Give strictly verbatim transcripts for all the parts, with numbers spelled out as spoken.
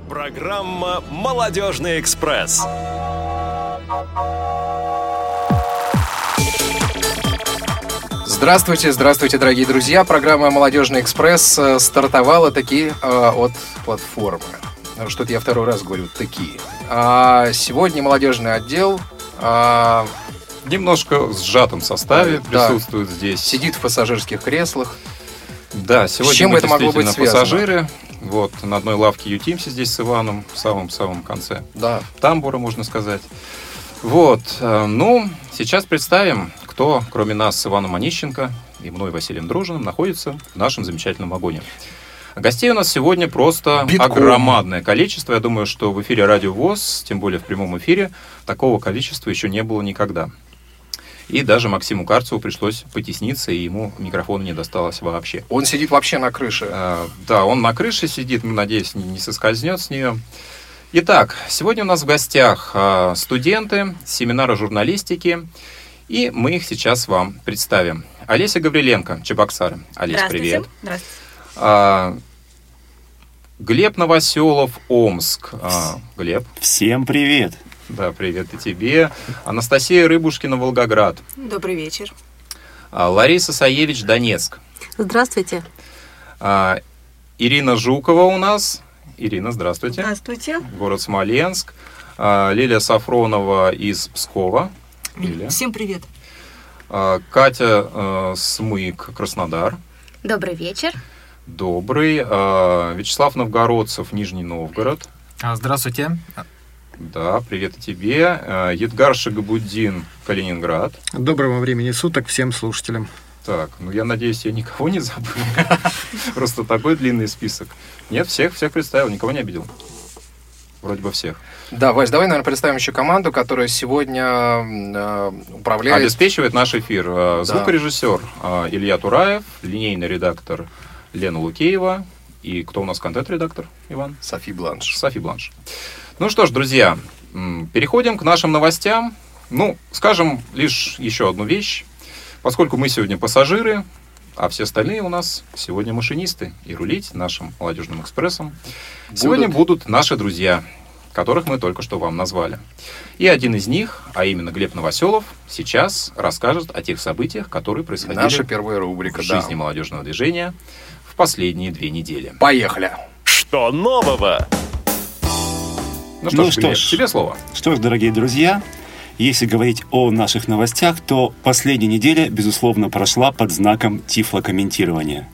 Программа «Молодежный экспресс». Здравствуйте, здравствуйте, дорогие друзья. Программа «Молодежный экспресс» стартовала таки э, от платформы. Что-то я второй раз говорю «таки». А сегодня молодежный отдел... Э, Немножко в сжатом составе да, присутствует здесь. Сидит в пассажирских креслах. Да, сегодня с чем мы это могло быть связано? Пассажиры. Вот, на одной лавке ютимся здесь с Иваном, в самом-самом конце да. тамбура, можно сказать. Вот, ну, сейчас представим, кто, кроме нас с Иваном Онищенко и мной, Василием Дружиным, находится в нашем замечательном вагоне. Гостей у нас сегодня просто Битком. Огромное количество. Я думаю, что в эфире Радио ВОС, тем более в прямом эфире, такого количества еще не было никогда. И даже Максиму Карцеву пришлось потесниться, и ему микрофона не досталось вообще. Он сидит вообще на крыше. А, да, он на крыше сидит, надеюсь, не, не соскользнет с нее. Итак, сегодня у нас в гостях а, студенты семинара журналистики, и мы их сейчас вам представим. Олеся Гавриленко, Чебоксары. Олесь, привет. Здравствуйте. А, Глеб Новоселов, Омск. А, Глеб. Всем привет. Да, привет и тебе. Анастасия Рыбушкина, Волгоград. Добрый вечер. А, Лариса Саевич, Донецк. Здравствуйте. А, Ирина Жукова у нас. Ирина, здравствуйте. Здравствуйте. Город Смоленск. А, Лилия Сафронова из Пскова. Лилия. Всем привет. А, Катя а, Смык, Краснодар. Добрый вечер. Добрый. А, Вячеслав Новгородцев, Нижний Новгород. Здравствуйте. Да, привет и тебе. Едгар Шагабуддин, Калининград. Доброго времени суток всем слушателям. Так, ну я надеюсь, я никого не забыл. Просто такой длинный список. Нет, всех, всех представил, никого не обидел. Вроде бы всех. Да, Вась, давай, наверное, представим еще команду, которая сегодня э, управляет... Обеспечивает наш эфир. Да. Звукорежиссер э, Илья Тураев, линейный редактор Лена Лукеева. И кто у нас контент-редактор, Иван? Софи Бланш. Софи Бланш. Ну что ж, друзья, переходим к нашим новостям. Ну, скажем лишь еще одну вещь. Поскольку мы сегодня пассажиры, а все остальные у нас сегодня машинисты, и рулить нашим молодежным экспрессом будут. Сегодня будут наши друзья, которых мы только что вам назвали. И один из них, а именно Глеб Новоселов, сейчас расскажет о тех событиях, которые происходили Наша первая рубрика, в да. жизни молодежного движения в последние две недели. Поехали! Что нового? Ну что ну ж, что Глеб, ж, тебе слово. Что ж, дорогие друзья, если говорить о наших новостях, то последняя неделя, безусловно, прошла под знаком тифлокомментирования.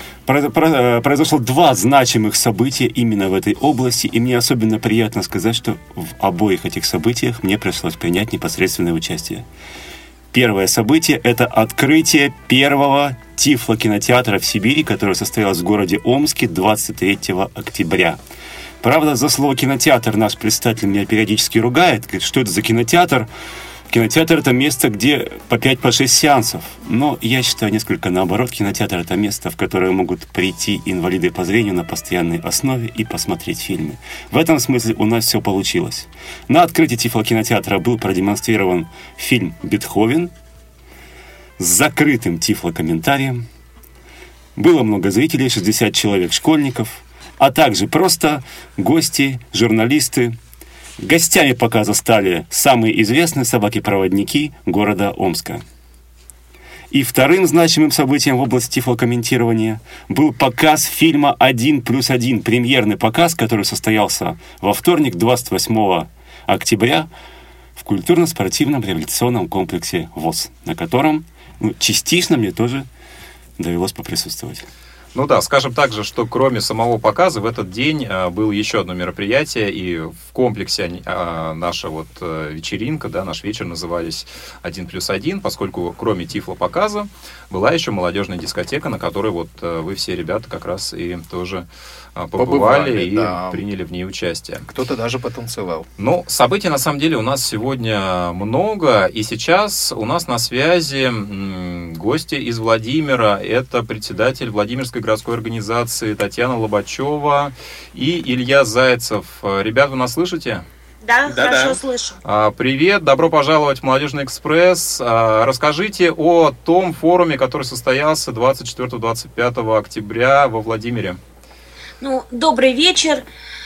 Произошло два значимых события именно в этой области, и мне особенно приятно сказать, что в обоих этих событиях мне пришлось принять непосредственное участие. Первое событие – это открытие первого тифлокинотеатра в Сибири, которое состоялось в городе Омске двадцать третьего октября. Правда, за слово «кинотеатр» наш представитель меня периодически ругает. Говорит, что это за кинотеатр? Кинотеатр – это место, где по пять-по шесть сеансов. Но я считаю несколько наоборот. Кинотеатр – это место, в которое могут прийти инвалиды по зрению на постоянной основе и посмотреть фильмы. В этом смысле у нас все получилось. На открытии тифлокинотеатра был продемонстрирован фильм «Бетховен» с закрытым тифлокомментарием. Было много зрителей, шестьдесят человек школьников, а также просто гости, журналисты. Гостями показа стали самые известные собаки-проводники города Омска. И вторым значимым событием в области тифлокомментирования был показ фильма «Один плюс один», премьерный показ, который состоялся во вторник, двадцать восьмого октября, в культурно-спортивном реабилитационном комплексе ВОС, на котором ну, частично мне тоже довелось поприсутствовать. Ну да, скажем также, что кроме самого показа в этот день а, было еще одно мероприятие, и в комплексе а, наша вот а, вечеринка, да, наш вечер назывались «Один плюс один», поскольку кроме тифлопоказа была еще молодежная дискотека, на которой вот а, вы все ребята как раз и тоже а, побывали, побывали и да. приняли в ней участие. Кто-то даже потанцевал. Ну, событий на самом деле у нас сегодня много, и сейчас у нас на связи м, гости из Владимира. Это председатель Владимирской городской организации Татьяна Лобачева и Илья Зайцев. Ребят, вы нас слышите? Да, да хорошо да. слышу. А, привет, добро пожаловать в Молодежный экспресс. А, расскажите о том форуме, который состоялся двадцать четвёртого — двадцать пятого октября во Владимире. Ну, добрый вечер.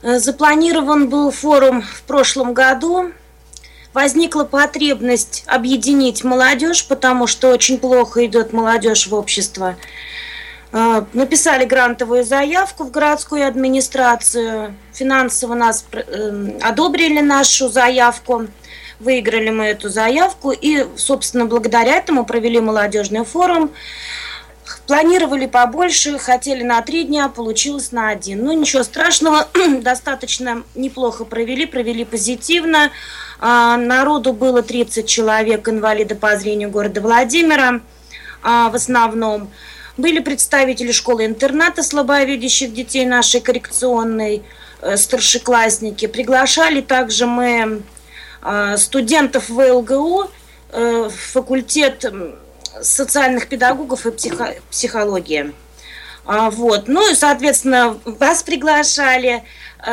Запланирован был форум в прошлом году. Возникла потребность объединить молодежь, потому что очень плохо идет молодежь в общество. Написали грантовую заявку в городскую администрацию. Финансово нас одобрили нашу заявку. Выиграли мы эту заявку и, собственно, благодаря этому провели молодежный форум. Планировали побольше, хотели на три дня, получилось на один. Ну, ничего страшного, достаточно неплохо провели, провели позитивно. Народу было тридцать человек, инвалиды по зрению города Владимира в основном. Были представители школы-интерната слабовидящих детей нашей коррекционной, старшеклассники. Приглашали также мы студентов ВЛГУ, факультет социальных педагогов и психо- психологии. Вот. Ну и, соответственно, вас приглашали,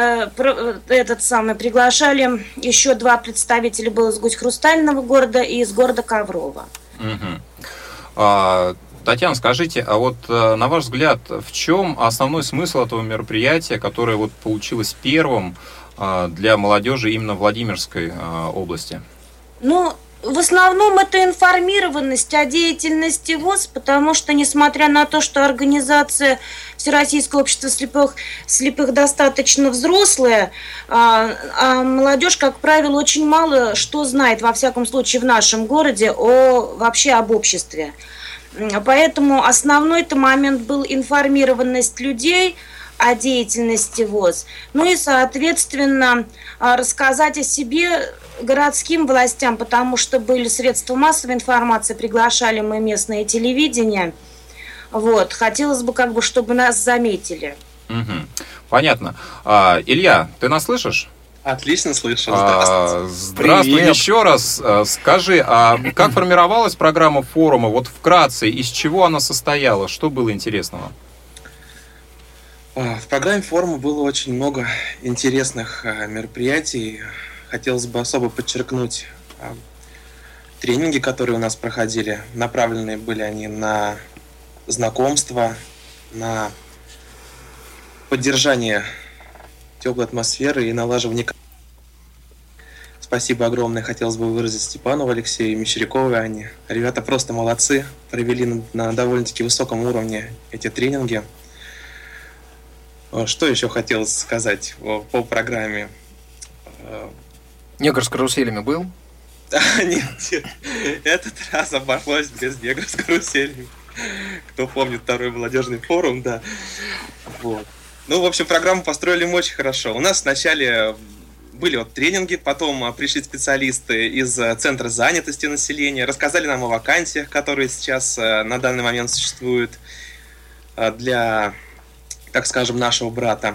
этот самый, приглашали еще два представителя, было из Гусь-Хрустального города и из города Коврова. Угу. А, Татьяна, скажите, а вот на ваш взгляд, в чем основной смысл этого мероприятия, которое вот получилось первым для молодежи именно в Владимирской области? Ну, в основном это информированность о деятельности ВОС, потому что, несмотря на то, что организация Всероссийского общества слепых, слепых достаточно взрослая, а, а молодежь, как правило, очень мало что знает, во всяком случае в нашем городе, о, вообще об обществе. Поэтому основной-то момент был информированность людей о деятельности ВОС. Ну и, соответственно, рассказать о себе городским властям, потому что были средства массовой информации, приглашали мы местное телевидение. Вот. Хотелось бы, как бы, чтобы нас заметили. Угу. Понятно. А, Илья, ты нас слышишь? Отлично слышу. Здравствуй. А, здравствуй Привет. Еще раз. Скажи, а как формировалась программа форума? Вот вкратце, из чего она состояла? Что было интересного? В программе форума было очень много интересных мероприятий. Хотелось бы особо подчеркнуть тренинги, которые у нас проходили. Направленные были они на знакомство, на поддержание теплой атмосферы и налаживание. Спасибо огромное хотелось бы выразить Степанову Алексею и Мещеряковой Анне. Ребята просто молодцы, провели на, на довольно-таки высоком уровне эти тренинги. Что еще хотелось сказать по программе? Негр с каруселями был? Нет, нет, этот раз обошлось без негра с каруселями. Кто помнит второй молодежный форум, да. Вот. Ну, в общем, программу построили мы очень хорошо. У нас вначале были вот тренинги, потом пришли специалисты из Центра занятости населения, рассказали нам о вакансиях, которые сейчас на данный момент существуют для, так скажем, нашего брата.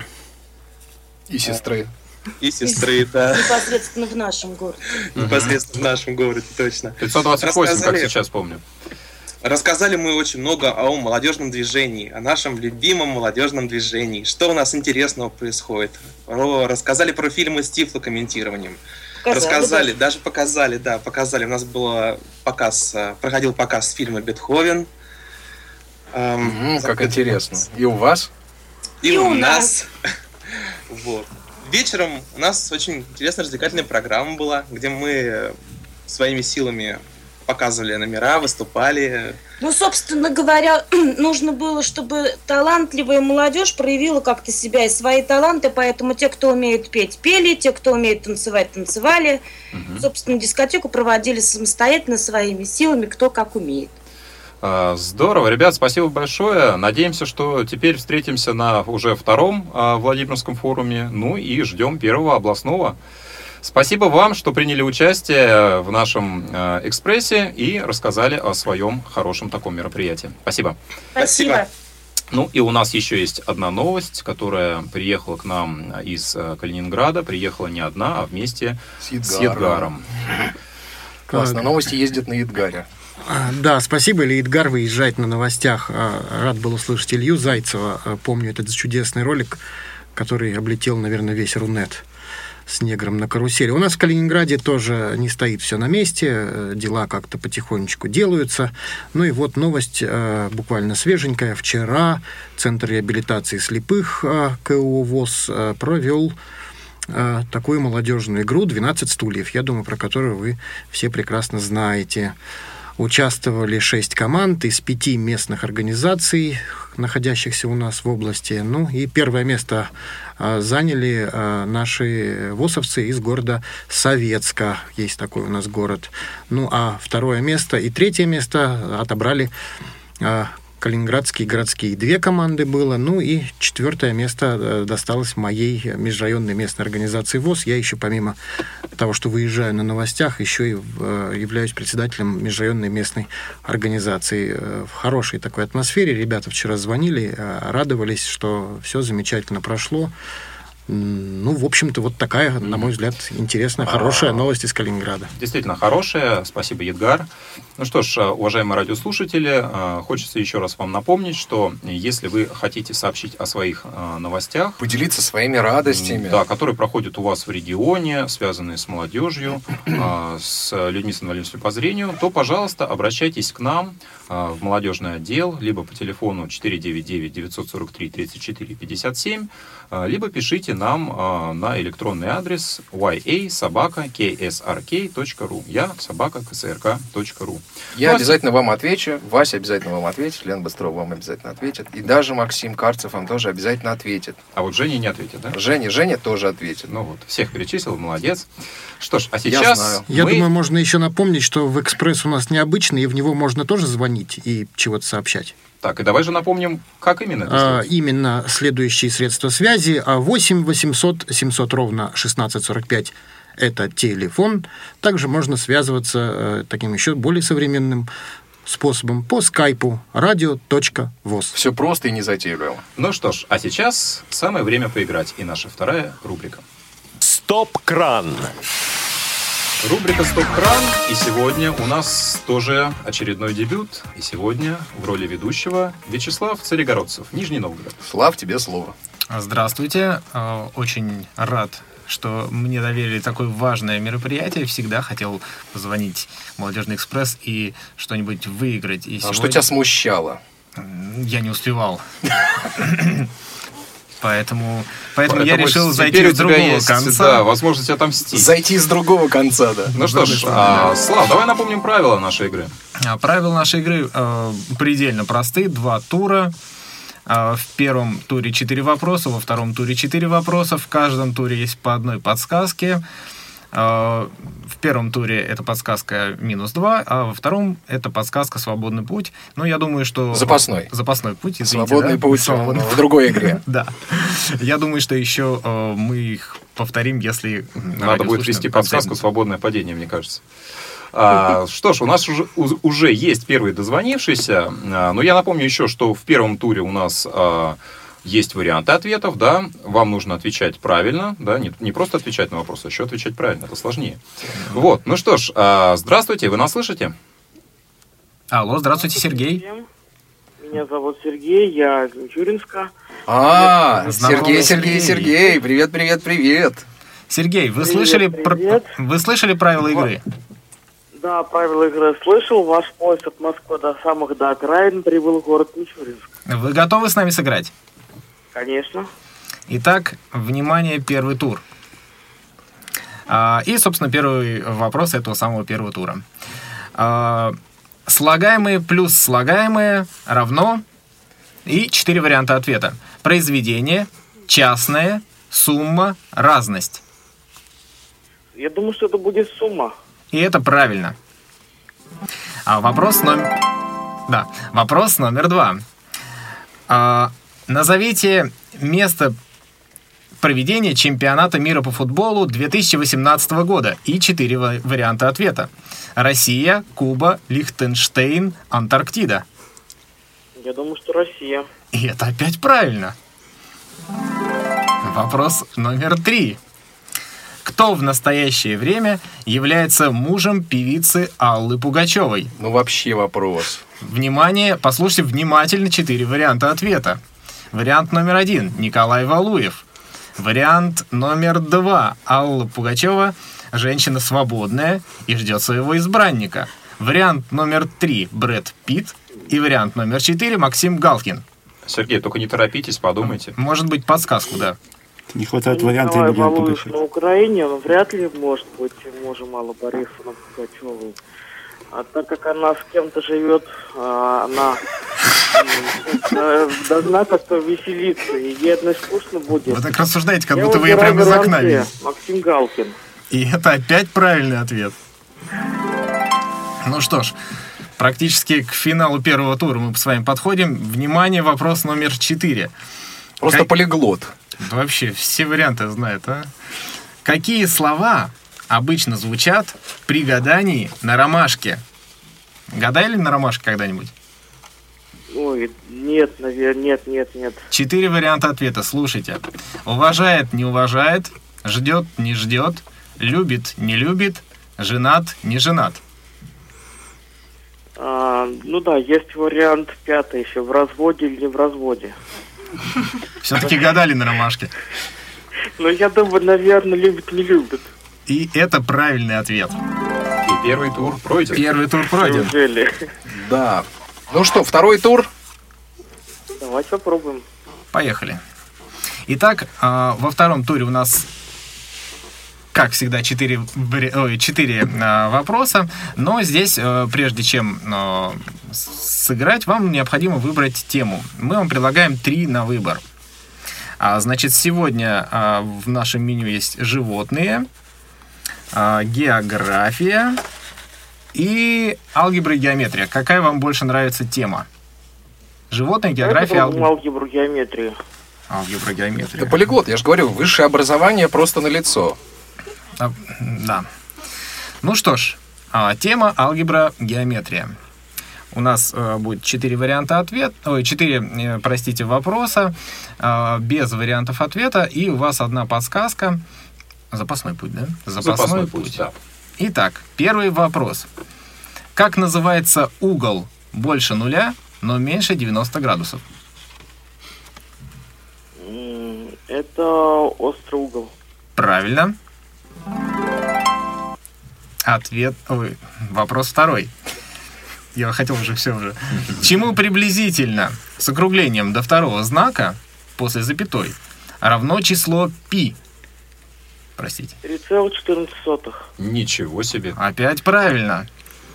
И сестры. И сестры, да. Непосредственно в нашем городе. Непосредственно в нашем городе, точно. пятьсот двадцать восемь, как сейчас помню. Рассказали мы очень много о молодежном движении, о нашем любимом молодежном движении, что у нас интересного происходит. Рассказали про фильмы с тифлокомментированием. Показали, рассказали, да? даже показали, да, показали. У нас был показ, проходил показ фильма «Бетховен». Эм, как интересно. И у вас? И, и у нас. Вот. Вечером у нас очень интересная развлекательная программа была, где мы своими силами показывали номера, выступали. Ну, собственно говоря, нужно было, чтобы талантливая молодежь проявила как-то себя и свои таланты, поэтому те, кто умеет петь, пели, те, кто умеет танцевать, танцевали. Угу. Собственно, дискотеку проводили самостоятельно, своими силами, кто как умеет. Здорово, ребят, спасибо большое. Надеемся, что теперь встретимся на уже втором Владимирском форуме, ну и ждем первого областного. Спасибо вам, что приняли участие в нашем экспрессе и рассказали о своем хорошем таком мероприятии. Спасибо. Спасибо. Ну и у нас еще есть одна новость, которая приехала к нам из Калининграда. Приехала не одна, а вместе с Едгаром. С Едгаром. Классно, новости ездят на Едгаре. Да, спасибо, Илья Едгар выезжает на новостях. Рад был услышать Илью Зайцева. Помню этот чудесный ролик, который облетел, наверное, весь Рунет. с негром на карусели. У нас в Калининграде тоже не стоит все на месте, дела как-то потихонечку делаются. Ну и вот новость буквально свеженькая. Вчера Центр реабилитации слепых КО ВОС провел такую молодежную игру «двенадцать стульев», я думаю, про которую вы все прекрасно знаете. Участвовали шесть команд из пяти местных организаций, находящихся у нас в области. Ну и первое место а, заняли а, наши ВОСовцы из города Советска. Есть такой у нас город. Ну а второе место и третье место отобрали а, калининградские городские. Две команды было. Ну и четвертое место досталось моей межрайонной местной организации ВОС. Я еще помимо того, что выезжаю на новостях, еще и являюсь председателем межрайонной местной организации. В хорошей такой атмосфере. Ребята вчера звонили, радовались, что все замечательно прошло. Ну, в общем-то, вот такая, на мой взгляд, интересная, хорошая новость из Калининграда. Действительно хорошая. Спасибо, Едгар. Ну что ж, уважаемые радиослушатели, хочется еще раз вам напомнить, что если вы хотите сообщить о своих новостях, поделиться своими радостями, да, которые проходят у вас в регионе, связанные с молодежью, с людьми с инвалидностью по зрению, то, пожалуйста, обращайтесь к нам в молодежный отдел, либо по телефону четыре девять девять девятьсот сорок три тридцать четыре пятьдесят семь, либо пишите нам на электронный адрес уай эй собака кей эс ар кей точка ру. Я собака ка эс эр ка точка ру. Я Вася... обязательно вам отвечу, Вася обязательно вам ответит, Лена Быстрова вам обязательно ответит, и даже Максим Карцев вам тоже обязательно ответит. А вот Женя не ответит, да? Женя, Женя тоже ответит. Ну вот, всех перечислил, молодец. Что ж, а сейчас... Я знаю. Я мы... думаю, можно еще напомнить, что в «Экспресс» у нас необычный, и в него можно тоже звонить и чего-то сообщать. Так, и давай же напомним, как именно это а, сделать. Именно следующие средства связи. восемь восемьсот семьсот ровно шестнадцать сорок пять это телефон. Также можно связываться э, таким еще более современным способом по скайпу радио точка вос. Все просто и незатейливо. Ну что ж, а сейчас самое время поиграть. И наша вторая рубрика. Стоп-кран. Рубрика «Стоп-кран». И сегодня у нас тоже очередной дебют. И сегодня в роли ведущего Вячеслав Царегородцев, Нижний Новгород. Слав, тебе слово. Здравствуйте. Очень рад, что мне доверили такое важное мероприятие. Всегда хотел позвонить в «Молодежный экспресс» и что-нибудь выиграть. И а сегодня... что тебя смущало? Я не успевал. Поэтому, поэтому, поэтому я решил зайти теперь с другого есть, конца. Да, возможность отомстить. Зайти с другого конца, да. Ну что ж, а, Слав, давай напомним правила нашей игры. Правила нашей игры э, предельно просты. Два тура. Э, в первом туре четыре вопроса, во втором туре четыре вопроса. В каждом туре есть по одной подсказке. Э, в первом туре это подсказка минус два, а во втором это подсказка «Свободный путь». Ну, я думаю, что... Запасной. Запасной путь, извините. Свободный да? путь Свободный... в другой игре. Да. Я думаю, что еще э, мы их повторим, если... Надо будет ввести подсказку «Свободное падение», мне кажется. А, что ж, у нас уже, уже есть первый дозвонившийся. А, но я напомню еще, что в первом туре у нас... А, есть варианты ответов, да, вам нужно отвечать правильно, да, не, не просто отвечать на вопросы, а еще отвечать правильно, это сложнее. Вот, ну что ж, э, здравствуйте, вы нас слышите? Алло, здравствуйте, Сергей. Меня зовут Сергей, я из Мичуринска. А, Сергей, Сергей, Сергей, привет, привет, привет. Сергей, вы Привет, слышали, привет. Про... вы слышали правила игры? Да, правила игры слышал. Ваш поезд от Москвы до самых до окраин прибыл в город Мичуринск. Вы готовы с нами сыграть? Конечно. Итак, внимание, первый тур. А, и, собственно, первый вопрос этого самого первого тура. А, слагаемые плюс слагаемые равно... И четыре варианта ответа. Произведение, частное, сумма, разность. Я думаю, что это будет сумма. И это правильно. А вопрос номер... Да, вопрос номер два. А, назовите место проведения чемпионата мира по футболу две тысячи восемнадцатого года. И четыре варианта ответа. Россия, Куба, Лихтенштейн, Антарктида. Я думаю, что Россия. И это опять правильно. Вопрос номер три. Кто в настоящее время является мужем певицы Аллы Пугачевой? Ну, вообще вопрос. Внимание, послушайте внимательно четыре варианта ответа. Вариант номер один – Николай Валуев. Вариант номер два. Алла Пугачева – женщина свободная и ждет своего избранника. Вариант номер три. Брэд Питт. И вариант номер четыре. Максим Галкин. Сергей, только не торопитесь, подумайте. Может быть, подсказку, да. Не хватает варианта Николай Емельяна Валуев Пугачева. на Украине, но вряд ли может быть мужем Аллы Борисовны Пугачевой. А так как она с кем-то живет, а, она м, должна как-то веселиться, и ей одной скучно будет. Вы так рассуждаете, как Я будто вы ее выбираю прямо из вариант окна Е, видите. Максим Галкин. И это опять правильный ответ. Ну что ж, практически к финалу первого тура мы с вами подходим. Внимание, вопрос номер четыре. Просто Как- полиглот. Да вообще, все варианты знает, а? Какие слова обычно звучат при гадании на ромашке? Гадали на ромашке когда-нибудь? Ой, нет, наверное, нет, нет, нет. Четыре варианта ответа, слушайте. Уважает, не уважает, ждет, не ждет, любит, не любит, женат, не женат. А, ну да, есть вариант пятый еще, в разводе или не в разводе. Все-таки гадали на ромашке. Ну, я думаю, наверное, любит, не любит. И это правильный ответ. И первый тур пройден. Первый тур пройден. Неужели? Да. Ну что, второй тур? Давайте попробуем. Поехали. Итак, а, во втором туре у нас, как всегда, четыре, вари- ой, четыре а, вопроса. Но здесь, а, прежде чем а, сыграть, вам необходимо выбрать тему. Мы вам предлагаем три на выбор. А, значит, сегодня а, в нашем меню есть животные, а, география и алгебра и геометрия. Какая вам больше нравится тема? Животные, география, Давайте алгебра. попробуем алгебру, геометрию. Алгебра, геометрия. Это полиглот, я же говорю, высшее образование просто налицо. А, да. Ну что ж, а, тема алгебра, геометрия. У нас э, будет четыре варианта ответа, ой, четыре, э, простите, вопроса э, без вариантов ответа, и у вас одна подсказка. Запасной путь, да? Запасной путь, да. Итак, первый вопрос. Как называется угол больше нуля, но меньше девяноста градусов? М, Это острый угол. Правильно. Ответ, ой, вопрос второй. Я хотел уже все уже. Чему приблизительно с округлением до второго знака после запятой равно число π? Простите. три целых четырнадцать сотых. Ничего себе. Опять правильно.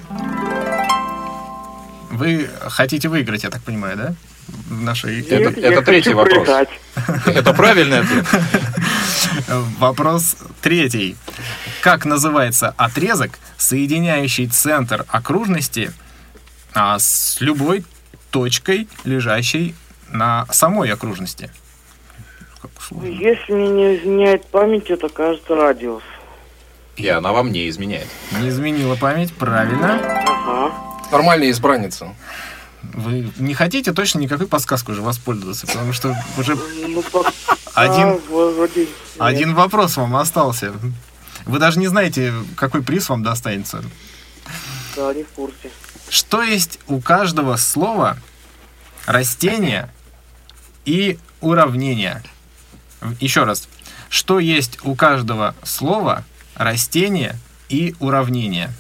Вы хотите выиграть, я так понимаю, да? В нашей... Это- Нет, это я третий хочу вопрос. проиграть. Это правильный ответ. Вопрос третий. Как называется отрезок, соединяющий центр окружности а, с любой точкой, лежащей на самой окружности? Как сложно. Если мне не изменяет память, это, кажется, радиус. И она вам не изменяет. Не изменила память, правильно. Ага. Нормальная избранница. Вы не хотите точно никакой подсказкой уже воспользоваться, потому что уже Ну, пока Один- вроде нет. один вопрос вам остался. Вы даже не знаете, какой приз вам достанется. Да, не в курсе. Что есть у каждого слова растение и уравнение? Еще раз. Что есть у каждого слова растение и уравнение?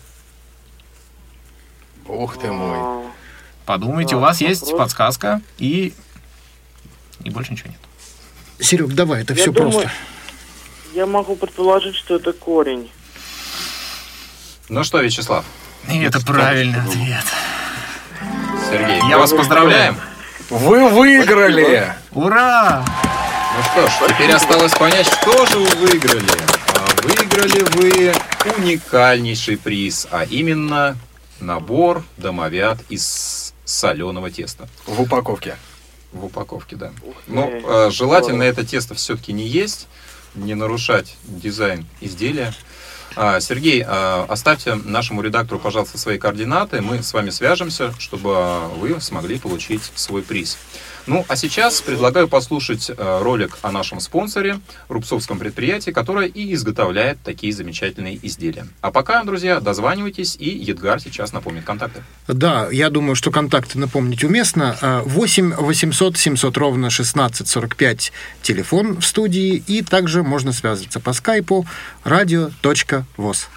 Ух ты мой. А, Подумайте, Да, у вас есть вопрос. подсказка и... и больше ничего нет. Серег, давай, это Я все думаю- просто. Я могу предположить, что это корень. Ну что, Вячеслав, И это правильный ответ. Сергей, Я мы вас вас поздравляем. Вы выиграли! Ура! Ну что ж, теперь осталось понять, что же вы выиграли. А выиграли вы уникальнейший приз, а именно набор домовят из соленого теста. В упаковке. В упаковке, да. Ух ты. Но э, желательно Здорово. это тесто все-таки не есть, не нарушать дизайн изделия. А, Сергей, а, оставьте нашему редактору, пожалуйста, свои координаты. Мы с вами свяжемся, чтобы вы смогли получить свой приз. Ну, а сейчас предлагаю послушать э, ролик о нашем спонсоре, рубцовском предприятии, которое и изготовляет такие замечательные изделия. А пока, друзья, дозванивайтесь, и Едгар сейчас напомнит контакты. Да, я думаю, что контакты напомнить уместно. восемь восемьсот семьсот ровно шестнадцать сорок пять телефон в студии, и также можно связываться по скайпу радио точка воз.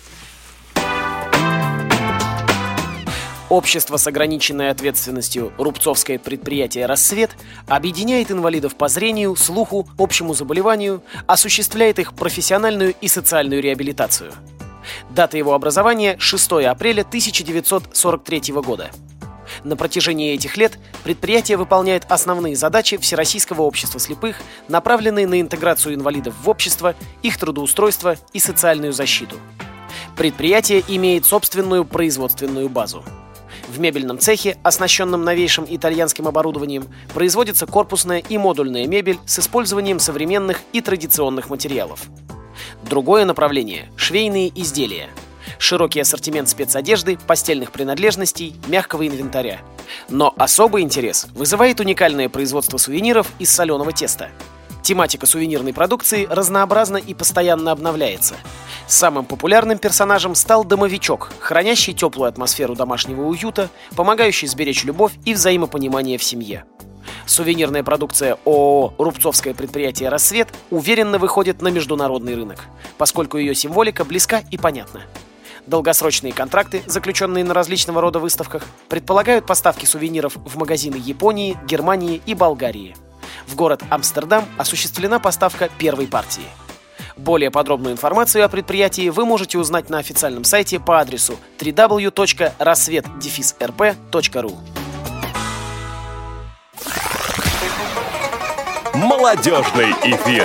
Общество с ограниченной ответственностью «Рубцовское предприятие «Рассвет» объединяет инвалидов по зрению, слуху, общему заболеванию, осуществляет их профессиональную и социальную реабилитацию. Дата его образования – шестое апреля тысяча девятьсот сорок третьего года. На протяжении этих лет предприятие выполняет основные задачи Всероссийского общества слепых, направленные на интеграцию инвалидов в общество, их трудоустройство и социальную защиту. Предприятие имеет собственную производственную базу. В мебельном цехе, оснащенном новейшим итальянским оборудованием, производится корпусная и модульная мебель с использованием современных и традиционных материалов. Другое направление – швейные изделия. Широкий ассортимент спецодежды, постельных принадлежностей, мягкого инвентаря. Но особый интерес вызывает уникальное производство сувениров из соленого теста. Тематика сувенирной продукции разнообразна и постоянно обновляется. Самым популярным персонажем стал домовичок, хранящий теплую атмосферу домашнего уюта, помогающий сберечь любовь и взаимопонимание в семье. Сувенирная продукция ООО «Рубцовское предприятие «Рассвет» уверенно выходит на международный рынок, поскольку ее символика близка и понятна. Долгосрочные контракты, заключенные на различного рода выставках, предполагают поставки сувениров в магазины Японии, Германии и Болгарии. В город Амстердам осуществлена поставка первой партии. Более подробную информацию о предприятии вы можете узнать на официальном сайте по адресу дабл ю дабл ю дабл ю точка рассвет эр пэ точка ру. Молодежный эфир.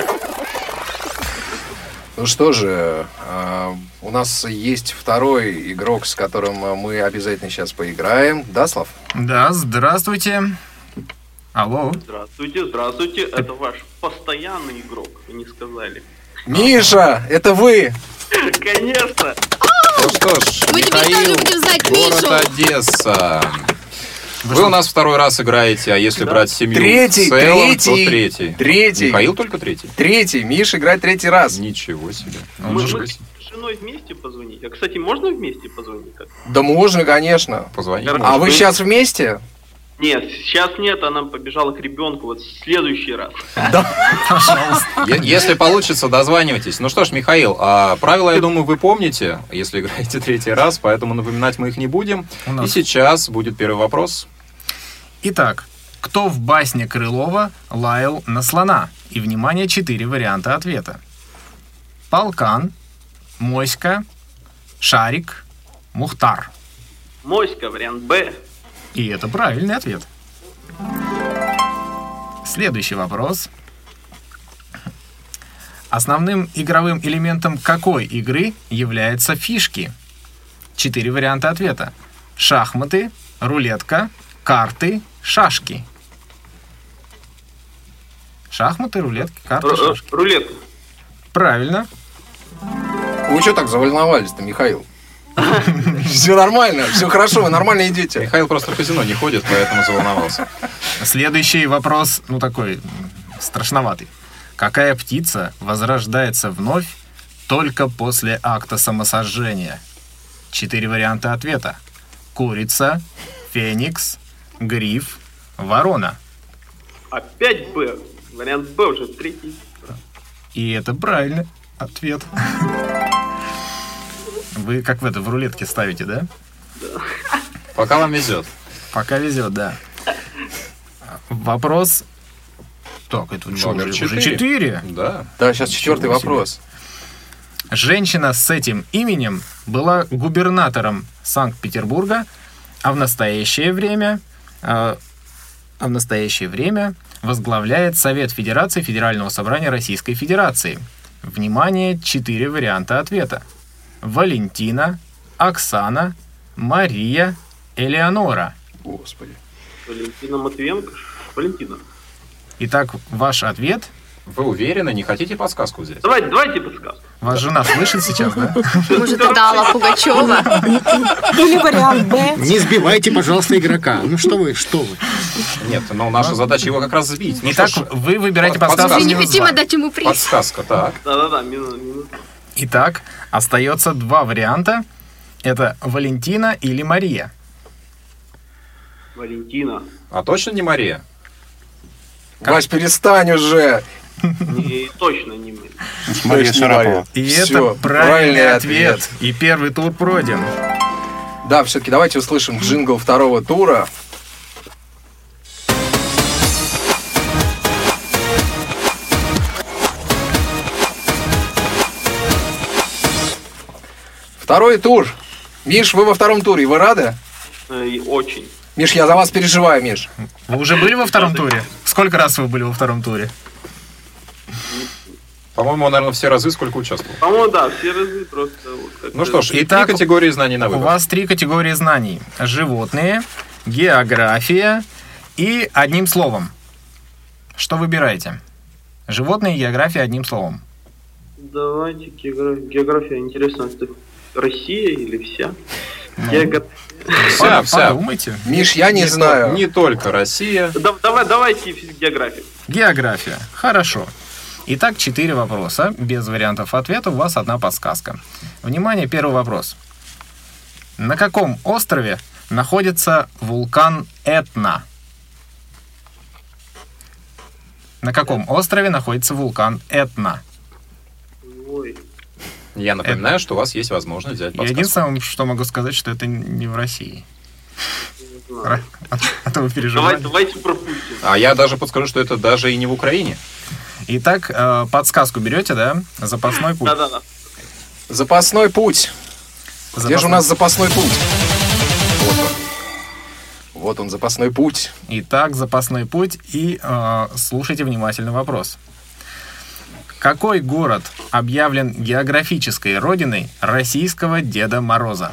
Ну что же, у нас есть второй игрок, с которым мы обязательно сейчас поиграем. Да, Слав? Да, здравствуйте. Алло. Здравствуйте, здравствуйте. Это ваш постоянный игрок, вы не сказали. Миша, это вы! Конечно! Ну что ж, Мы теперь Михаил, тоже будем знать город Мишу. Одесса. Вы у нас второй раз играете, а если брать семью Третий, в целом, третий, то третий. Третий. Михаил только третий. Третий. Миша играет третий раз. Ничего себе. Мы можем с женой вместе позвонить. А, кстати, можно вместе позвонить? Как? Да можно, конечно. Позвонить. А вы сейчас вместе? Нет, сейчас нет, она побежала к ребенку. Вот в следующий раз. Е- Если получится, дозванивайтесь. Ну что ж, Михаил, а правила, я думаю, вы помните, если играете третий раз, поэтому напоминать мы их не будем. И сейчас будет первый вопрос. Итак, кто в басне Крылова лаял на слона? И, внимание, четыре варианта ответа. Полкан, Моська, Шарик, Мухтар. Моська, вариант Б. И это правильный ответ. Следующий вопрос. Основным игровым элементом какой игры являются фишки? Четыре варианта ответа. Шахматы, рулетка, карты, шашки. Шахматы, рулетки, карты, Ру- шашки. Рулетка. Правильно. Вы что так заволновались-то, Михаил? Все нормально, все хорошо, вы нормально идете. Михаил просто в казино не ходит, поэтому заволновался. Следующий вопрос, ну такой, страшноватый. Какая птица возрождается вновь только после акта самосожжения? Четыре варианта ответа. Курица, феникс, гриф, ворона. Опять Б. Вариант Б уже третий. И это правильный ответ. Вы как в это, в рулетке ставите, да? Пока вам везет. Пока везет, да. Вопрос. Так, это что, Номер уже, уже четыре. четыре? Да. Да, сейчас четвертый Ничего себе. вопрос. Женщина с этим именем была губернатором Санкт-Петербурга, а в настоящее время, а, а в настоящее время возглавляет Совет Федерации Федерального собрания Российской Федерации. Внимание, четыре варианта ответа. Валентина, Оксана, Мария, Элеонора. Господи. Валентина Матвиенко. Валентина. Итак, ваш ответ Вы уверены? Не хотите подсказку взять? Давайте, давайте подсказку. Вас жена слышит сейчас, да? Может, это Алла Пугачева? Или вариант Б. Не сбивайте, пожалуйста, игрока. Ну что вы, что вы. Нет, но наша задача его как раз сбить. Ну, Итак, что ж, вы выбираете под- подсказку. Мы не минус хотим два. отдать ему приз. Подсказка, так. Да-да-да, минус, минус. Итак, остается два варианта. Это Валентина или Мария. Валентина. А точно не Мария? Вась, перестань уже. Не, точно не мы. Мария Точно Шарапова. Мария. И Всё, это правильный правильный ответ. ответ. И первый тур пройден. Да, все-таки давайте услышим джингл второго тура. Второй тур. Миш, вы во втором туре, вы рады? Э, и очень. Миш, я за вас переживаю, Миш. Вы уже были во втором туре? Сколько раз вы были во втором туре? По-моему, наверное, все разы, сколько участвовал. По-моему, да, все разы просто... Вот, как-то- Ну что ж, Итак, три категории знаний на У выбор. вас три категории знаний. Животные, география и одним словом. Что выбираете? Животные, география одним словом. Давайте география. География, интересно, это Россия или вся? Ну. География. Вся, вся. Подумайте. Миш, я не, Не знаю. то- Не только Россия. Да- давай, давайте географию. География. Хорошо. Итак, четыре вопроса. Без вариантов ответа у вас одна подсказка. Внимание, первый вопрос. На каком острове находится вулкан Этна? На каком острове находится вулкан Этна? Ой. Я напоминаю, что у вас есть возможность взять Я подсказку. единственное, что могу сказать, что это не в России. Не знаю. А, а то вы Давай, переживаете. давайте пропустим. А я даже подскажу, что это даже и не в Украине. Итак, э, подсказку берете, да? Запасной путь. Да-да-да. Запасной путь. Где же у нас запасной путь? Вот он. Вот он, запасной путь. Итак, запасной путь. И э, слушайте внимательно вопрос. Какой город объявлен географической родиной российского Деда Мороза?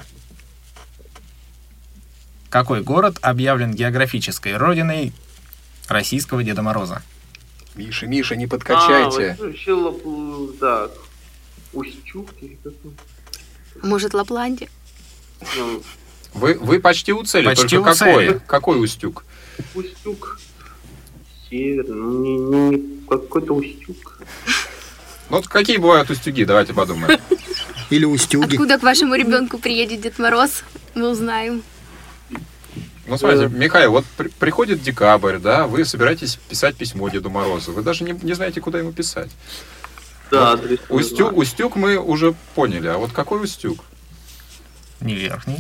Какой город объявлен географической родиной российского Деда Мороза? Миша, Миша, не подкачайте. А, вот еще лап- да. Устюг или как он? Может, Лапландия? Ну, Вы, вы почти у цели, Почти только у цели. какой? Какой Устюг? Устюг. Северный. Ну, не, не, не какой-то Устюг. Ну, вот какие бывают Устюги, давайте подумаем. Или Устюги. Откуда к вашему ребенку приедет Дед Мороз? Мы узнаем. Ну, смотрите, Михаил, вот при- приходит декабрь, да, вы собираетесь писать письмо Деду Морозу, вы даже не, не знаете, куда ему писать. Да, адрес не Устюг, знаю. Устюг мы уже поняли, а вот какой Устюг? Не верхний.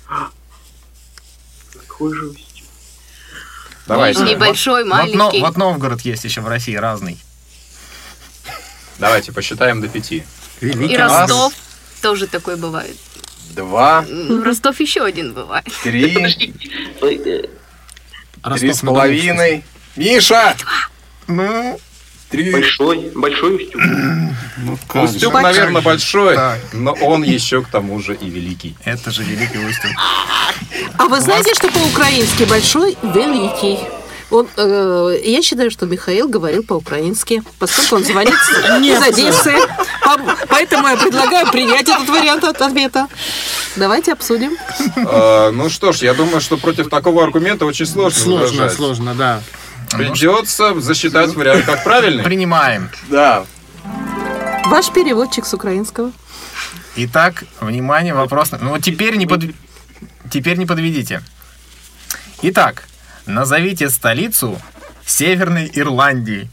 Какой же Устюг? Давайте, Небольшой, Вот, Но- маленький. вот Новгород есть еще в России разный. давайте посчитаем до пяти. Великий. И Ростов тоже такой бывает. Два, Ну, Ростов еще один бывает. три, Ой, э, три с половиной. Миша! Ну, Три. Большой, большой Устюг. Ну, как Устюг, же. наверное, большой, Так. но он еще к тому же и великий. это же Великий Устюг. А вы знаете, что по-украински большой великий? Он, э, я считаю, что Михаил говорил по-украински, поскольку он звонит из Одессы. По- Поэтому я предлагаю принять этот вариант от ответа. Давайте обсудим. А, Ну что ж, я думаю, что против такого аргумента очень сложно Сложно, возражать. сложно, да. Придется засчитать вариант как правильный. Принимаем. Да. Ваш переводчик с украинского. Итак, внимание, вопрос. Ну вот теперь не, под... теперь не подведите. Итак, назовите столицу Северной Ирландии.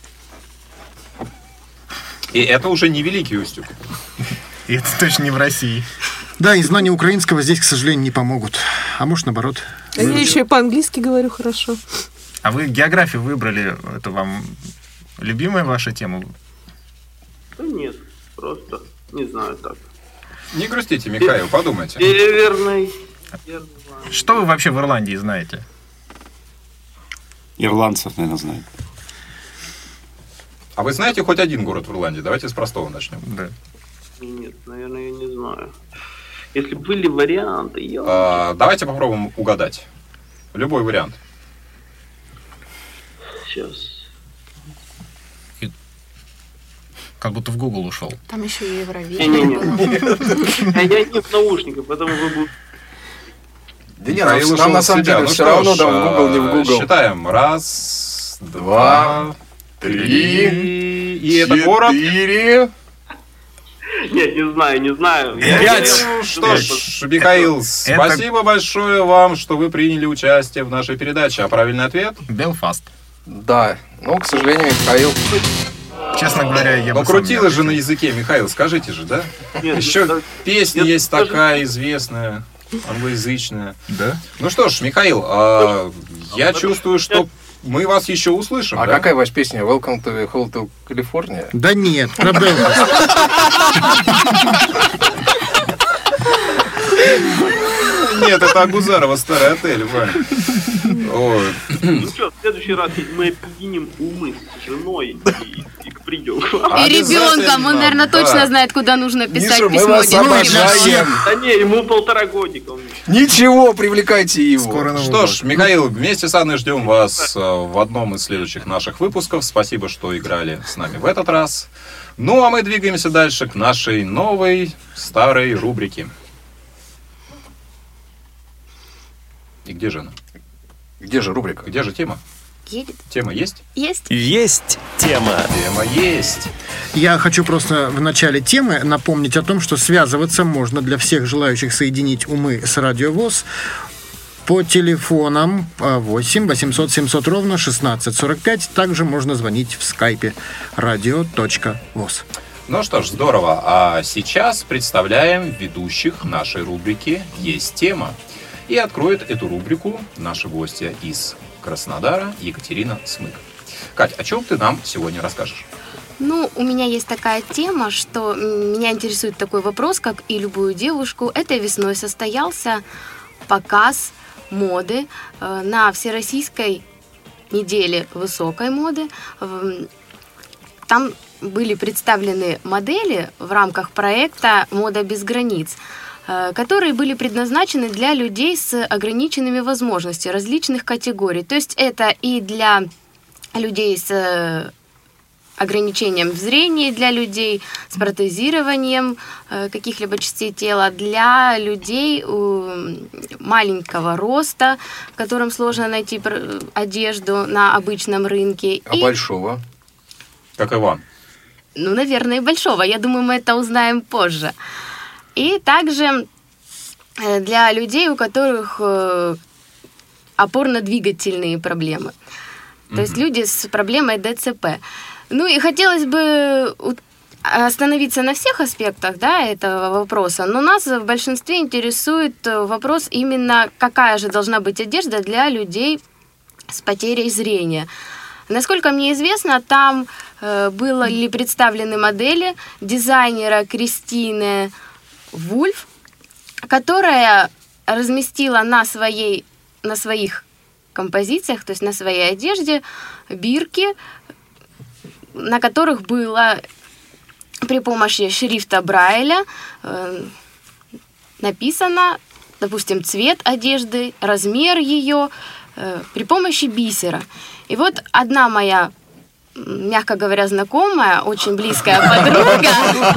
И это уже не Великий Устюг. И это точно не в России. Да, и знания украинского здесь, к сожалению, не помогут. А может, наоборот. А я еще и по-английски говорю хорошо. А вы географию выбрали, это вам любимая ваша тема? Да нет, просто не знаю так. Не грустите, Михаил, подумайте. Северный. Что вы вообще в Ирландии знаете? Ирландцев, наверное, знают. А вы знаете хоть один город в Ирландии? Давайте с простого начнем. Да. Нет, наверное, я не знаю. Если были варианты, я... А, давайте попробуем угадать. Любой вариант. Сейчас. Как будто в Google ушел. Там еще и Евровидение Не-не-не. было. Я не в наушниках, поэтому вы будете... Да нет, нам, нам на самом деле все равно, да, в Google, не в Google. Считаем. Раз, два, три. И это город? Четыре. Нет, не знаю, не знаю. Пять. Ну что ж, Михаил, спасибо большое вам, что вы приняли участие в нашей передаче. А правильный ответ? Белфаст. Да, ну, к сожалению, Михаил... Честно говоря, я бы Ну, крутилось же на языке, Михаил, скажите же, да? Нет, Еще нет, песня нет, есть даже- такая известная, англоязычная. Да? Ну что ж, Михаил, а, я чувствую, что мы вас еще услышим, А да? какая у вас песня? Welcome to Hotel California? Да нет, про Белфаст. Нет, это Агузарова старый отель, Вань. Ой. Ну что, в следующий раз мы объединим умы с женой и, и придем к вам. И ребенком, он, наверное, да. точно знает, куда нужно писать Миша, мы письмо. вас девочке. обожаем. Да не, ему полтора годика. он- Ничего, привлекайте его. Скоро Новый Что год. ж, Михаил, вместе с Анной ждем вас э, в одном из следующих наших выпусков. Спасибо, что играли с нами в этот раз. Ну, а мы двигаемся дальше к нашей новой, старой рубрике. И где же она? Где же рубрика? Где же тема? Едет. Тема есть? Есть. Есть тема. Тема есть. Я хочу просто в начале темы напомнить о том, что связываться можно для всех желающих соединить умы с Радио ВОС по телефонам восемь восемьсот семьсот ровно шестнадцать сорок пять. Также можно звонить в скайпе radio.voz. Ну что ж, здорово. А сейчас представляем ведущих нашей рубрики «Есть тема». И откроет эту рубрику наша гостья из Краснодара Екатерина Смык. Кать, о чем ты нам сегодня расскажешь? Ну, у меня есть такая тема, что м, меня интересует такой вопрос, как и любую девушку. Этой весной состоялся показ моды э, на Всероссийской неделе высокой моды. В- Там были представлены модели в рамках проекта «Мода без границ», э, которые были предназначены для людей с ограниченными возможностями различных категорий. То есть это и для людей с э, ограничением в зрении, для людей с протезированием э, каких-либо частей тела, для людей э, маленького роста, которым сложно найти пр- одежду на обычном рынке. А И, большого? Как Иван. ну, наверное, и большого. Я думаю, мы это узнаем позже. И также э, для людей, у которых э, опорно-двигательные проблемы. То есть люди с проблемой ДЦП. Ну и хотелось бы у- остановиться на всех аспектах, да, этого вопроса, но нас в большинстве интересует э, вопрос именно, какая же должна быть одежда для людей с потерей зрения. Насколько мне известно, там э, были представлены модели дизайнера Кристины Вульф, которая разместила на, своей, на своих композициях, то есть на своей одежде, бирки, на которых было при помощи шрифта Брайля э, написано, допустим, цвет одежды, размер ее э, при помощи бисера. И вот одна моя, мягко говоря, знакомая, очень близкая подруга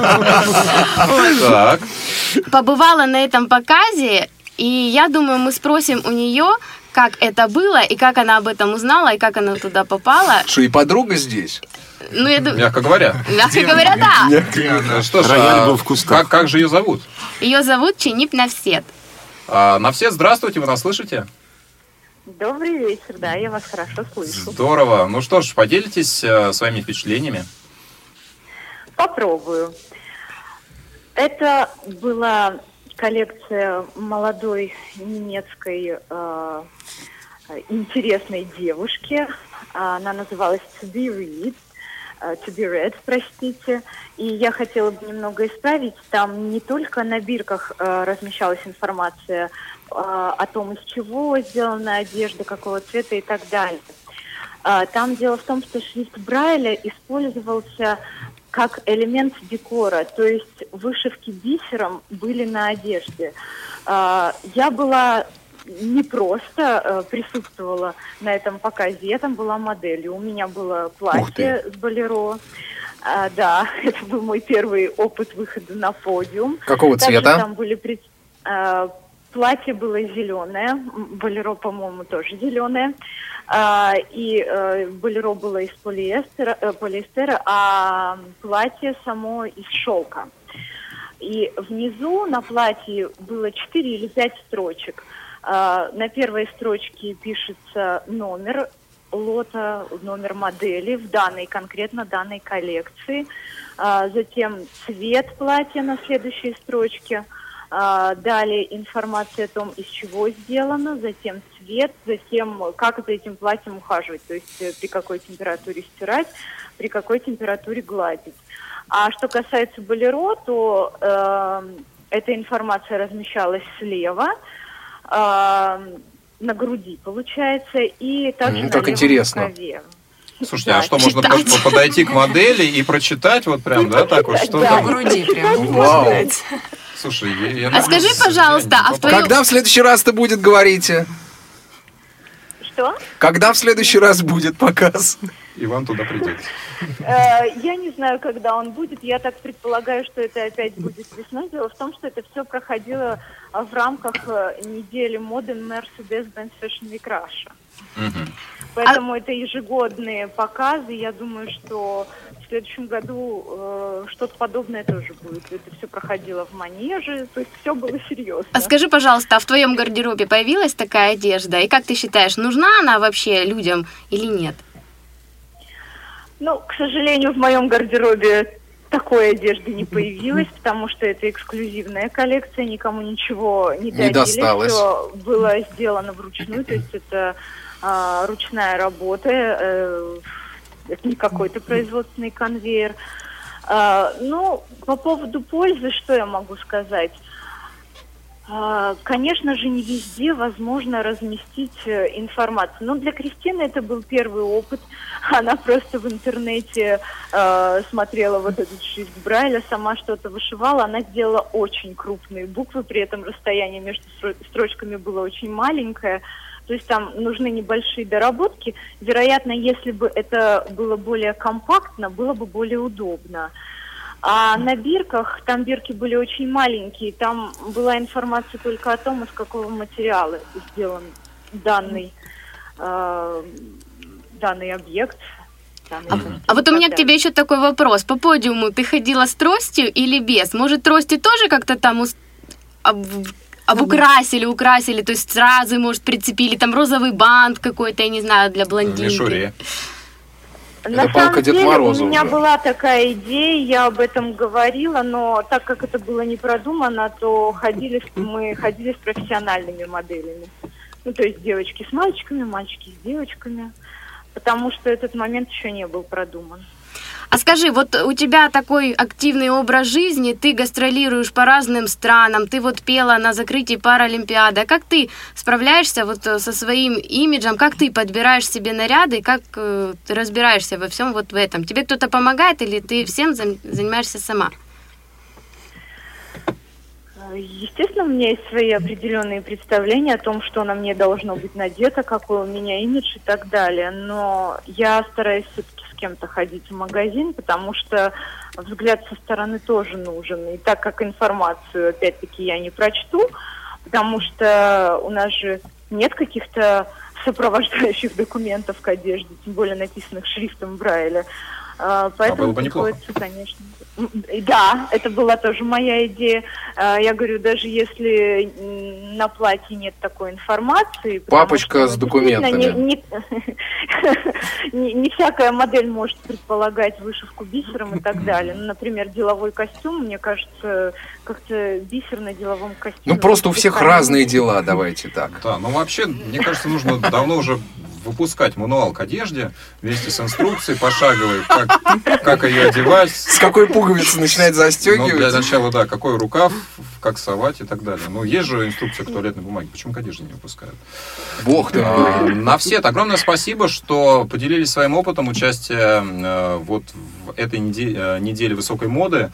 Так. побывала на этом показе, и я думаю, мы спросим у нее, как это было, и как она об этом узнала, и как она туда попала. Что, и подруга здесь? Ну, я думаю, Мягко говоря. мягко говоря, да. Ну Что ж, Рояль а был в кустах. как, как же ее зовут? Ее зовут Чинип Навсет. А, на все здравствуйте, вы нас слышите? Добрый вечер, да, я вас хорошо слышу. Здорово. Ну что ж, поделитесь э, своими впечатлениями. Попробую. Это была коллекция молодой немецкой э, интересной девушки. Она называлась To Be Read, э, To Be Read, простите. И я хотела бы немного исправить. Там не только на бирках э, размещалась информация э, о том, из чего сделана одежда, какого цвета и так далее. Э, там дело в том, что шрифт Брайля использовался как элемент декора, то есть вышивки бисером были на одежде. Э, я была не просто э, присутствовала на этом показе, я там была моделью. У меня было платье с болеро, А, да, это был мой первый опыт выхода на подиум. Какого Также цвета? Там были пред... а, платье было зеленое, болеро, по-моему, тоже зеленое. А, и а, болеро было из полиэстера, э, полиэстера, а платье само из шелка. И внизу на платье было четыре или пять строчек. А, на первой строчке пишется номер лота, номер модели в данной, конкретно данной коллекции. А, затем цвет платья на следующей строчке. А, далее информация о том, из чего сделано, затем цвет, затем как за этим платьем ухаживать, то есть при какой температуре стирать, при какой температуре гладить. А что касается болеро, то э, эта информация размещалась слева, э, на груди, получается, и также mm, на как левом интересно. рукаве. Слушайте, да, а что, можно по- подойти к модели и прочитать вот прям, да, так вот, что там? На груди прям. Вау. Слушай, я, я А могу скажи, с- пожалуйста, а в твоем... Когда в следующий раз это будет, говорите? Что? Когда в следующий раз будет показ? Иван туда придет. Э, Я не знаю, когда он будет. Я так предполагаю, что это опять будет весной. Дело в том, что это все проходило а, в рамках э, недели моды Mercedes-Benz Fashion Week Russia. Мгм. Поэтому это ежегодные показы. Я думаю, что в следующем году э, что-то подобное тоже будет. Это все проходило в манеже, то есть все было серьезно. А скажи, пожалуйста, а в твоем гардеробе появилась такая одежда? И как ты считаешь, нужна она вообще людям или нет? Ну, к сожалению, в моем гардеробе такой одежды не появилось, потому что это эксклюзивная коллекция, никому ничего не дарили. Не досталось. Все было сделано вручную, то есть это а, ручная работа, э, это не какой-то производственный конвейер. А, ну, по поводу пользы, что я могу сказать? А, Конечно же, не везде возможно разместить э, информацию. Но для Кристины это был первый опыт. Она просто в интернете э, смотрела вот этот шрифт Брайля, сама что-то вышивала. Она сделала очень крупные буквы, при этом расстояние между стро- строчками было очень маленькое. То есть там нужны небольшие доработки. Вероятно, если бы это было более компактно, было бы более удобно. А на бирках, там бирки были очень маленькие, там была информация только о том, из какого материала сделан данный, э, данный объект. Данный А, костюм а вот у и меня так к тебе далее. еще такой вопрос. По подиуму ты ходила с тростью или без? Может, трости тоже как-то там ус- об- обукрасили, украсили, то есть сразу, может, прицепили там розовый бант какой-то, я не знаю, для блондинки. Мишуре. На Это самом палка Деда деле Мороза у меня уже. была такая идея, я об этом говорила, но так как это было не продумано, то ходили, с- мы ходили с профессиональными моделями. Ну, то есть девочки с мальчиками, мальчики с девочками, потому что этот момент еще не был продуман. А скажи, вот у тебя такой активный образ жизни, ты гастролируешь по разным странам, ты вот пела на закрытии Паралимпиады. А как ты справляешься вот э, со своим имиджем, как ты подбираешь себе наряды, как э, ты разбираешься во всем вот в этом? Тебе кто-то помогает или ты всем зам- занимаешься сама? Естественно, у меня есть свои определенные представления о том, что на мне должно быть надето, какой у меня имидж и так далее. Но я стараюсь все-таки с кем-то ходить в магазин, потому что взгляд со стороны тоже нужен. И так как информацию, опять-таки, я не прочту, потому что у нас же нет каких-то сопровождающих документов к одежде, тем более написанных шрифтом Брайля. А, Поэтому было бы неплохо. приходится, конечно. М, Да, это была тоже моя идея. А, Я говорю, даже если м, на платье нет такой информации... потому Папочка что, с ну, действительно, документами. Не, не- не- не всякая модель может предполагать вышивку бисером и так далее. Ну, например, деловой костюм, мне кажется, как-то бисер на деловом костюме... Ну, просто у всех специально разные не- дела, давайте так. Да, ну вообще, мне кажется, нужно давно уже выпускать мануал к одежде вместе с инструкцией пошаговой, как, как ее одевать. С какой пуговицы начинает Ну, застегивать? для начала, да, какой рукав, как совать и так далее. Ну, есть же инструкция к туалетной бумаге. Почему к одежде не выпускают? Бог ты А, мой. На все огромное спасибо, что поделились своим опытом участия э, вот в этой неде- э, неделе высокой моды.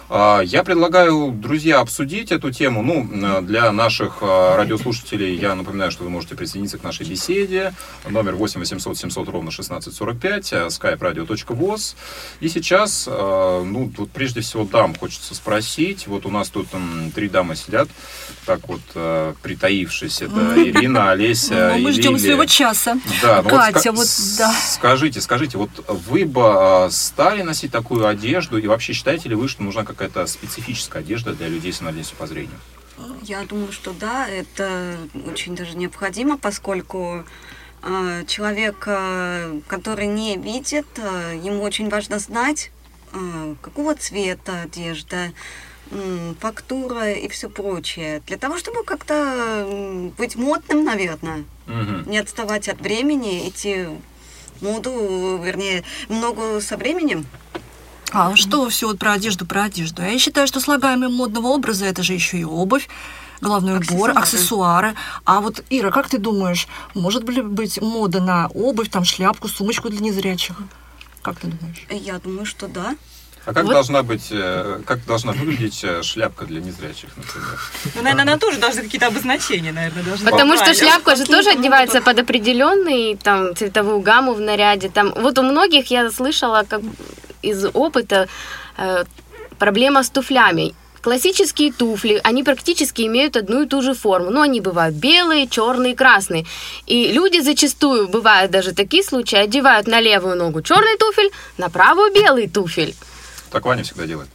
Я предлагаю, друзья, обсудить эту тему. Ну, для наших радиослушателей я напоминаю, что вы можете присоединиться к нашей беседе. Номер восемь восемьсот семьсот ровно шестнадцать сорок пять, skype radio точка voz. И сейчас, ну, вот прежде всего дам хочется спросить. Вот у нас тут м, три дамы сидят, так вот, притаившись. Это Ирина, Олеся и Мы ждем своего часа. Да, ну Катя, вот, вот, да. Скажите, скажите, вот вы бы стали носить такую одежду, и вообще считаете ли вы, что нужна какая-то специфическая одежда для людей с инвалидностью по зрению? Я думаю, что да, это очень даже необходимо, поскольку э, человек, э, который не видит, э, ему очень важно знать, э, какого цвета одежда, э, фактура и все прочее. Для того, чтобы как-то быть модным, наверное, угу. не отставать от времени, идти в моду, вернее, много со временем. А что все вот про одежду, про одежду? Я считаю, что слагаемое модного образа – это же еще и обувь, головной убор, аксессуары. аксессуары. А вот, Ира, как ты думаешь, может ли быть мода на обувь, там, шляпку, сумочку для незрячих? Как ты думаешь? Я думаю, что да. А как вот. должна быть, как должна выглядеть шляпка для незрячих, например? Ну, наверное, она тоже должны какие-то обозначения, наверное, должны. Потому что шляпка же тоже одевается под определенный там цветовую гамму в наряде. Там вот у многих я слышала как из опыта э, проблема с туфлями. Классические туфли, они практически имеют одну и ту же форму. Но они бывают белые, черные, красные. И люди зачастую, бывают даже такие случаи, одевают на левую ногу черный туфель, на правую белый туфель. Так Ваня всегда делает.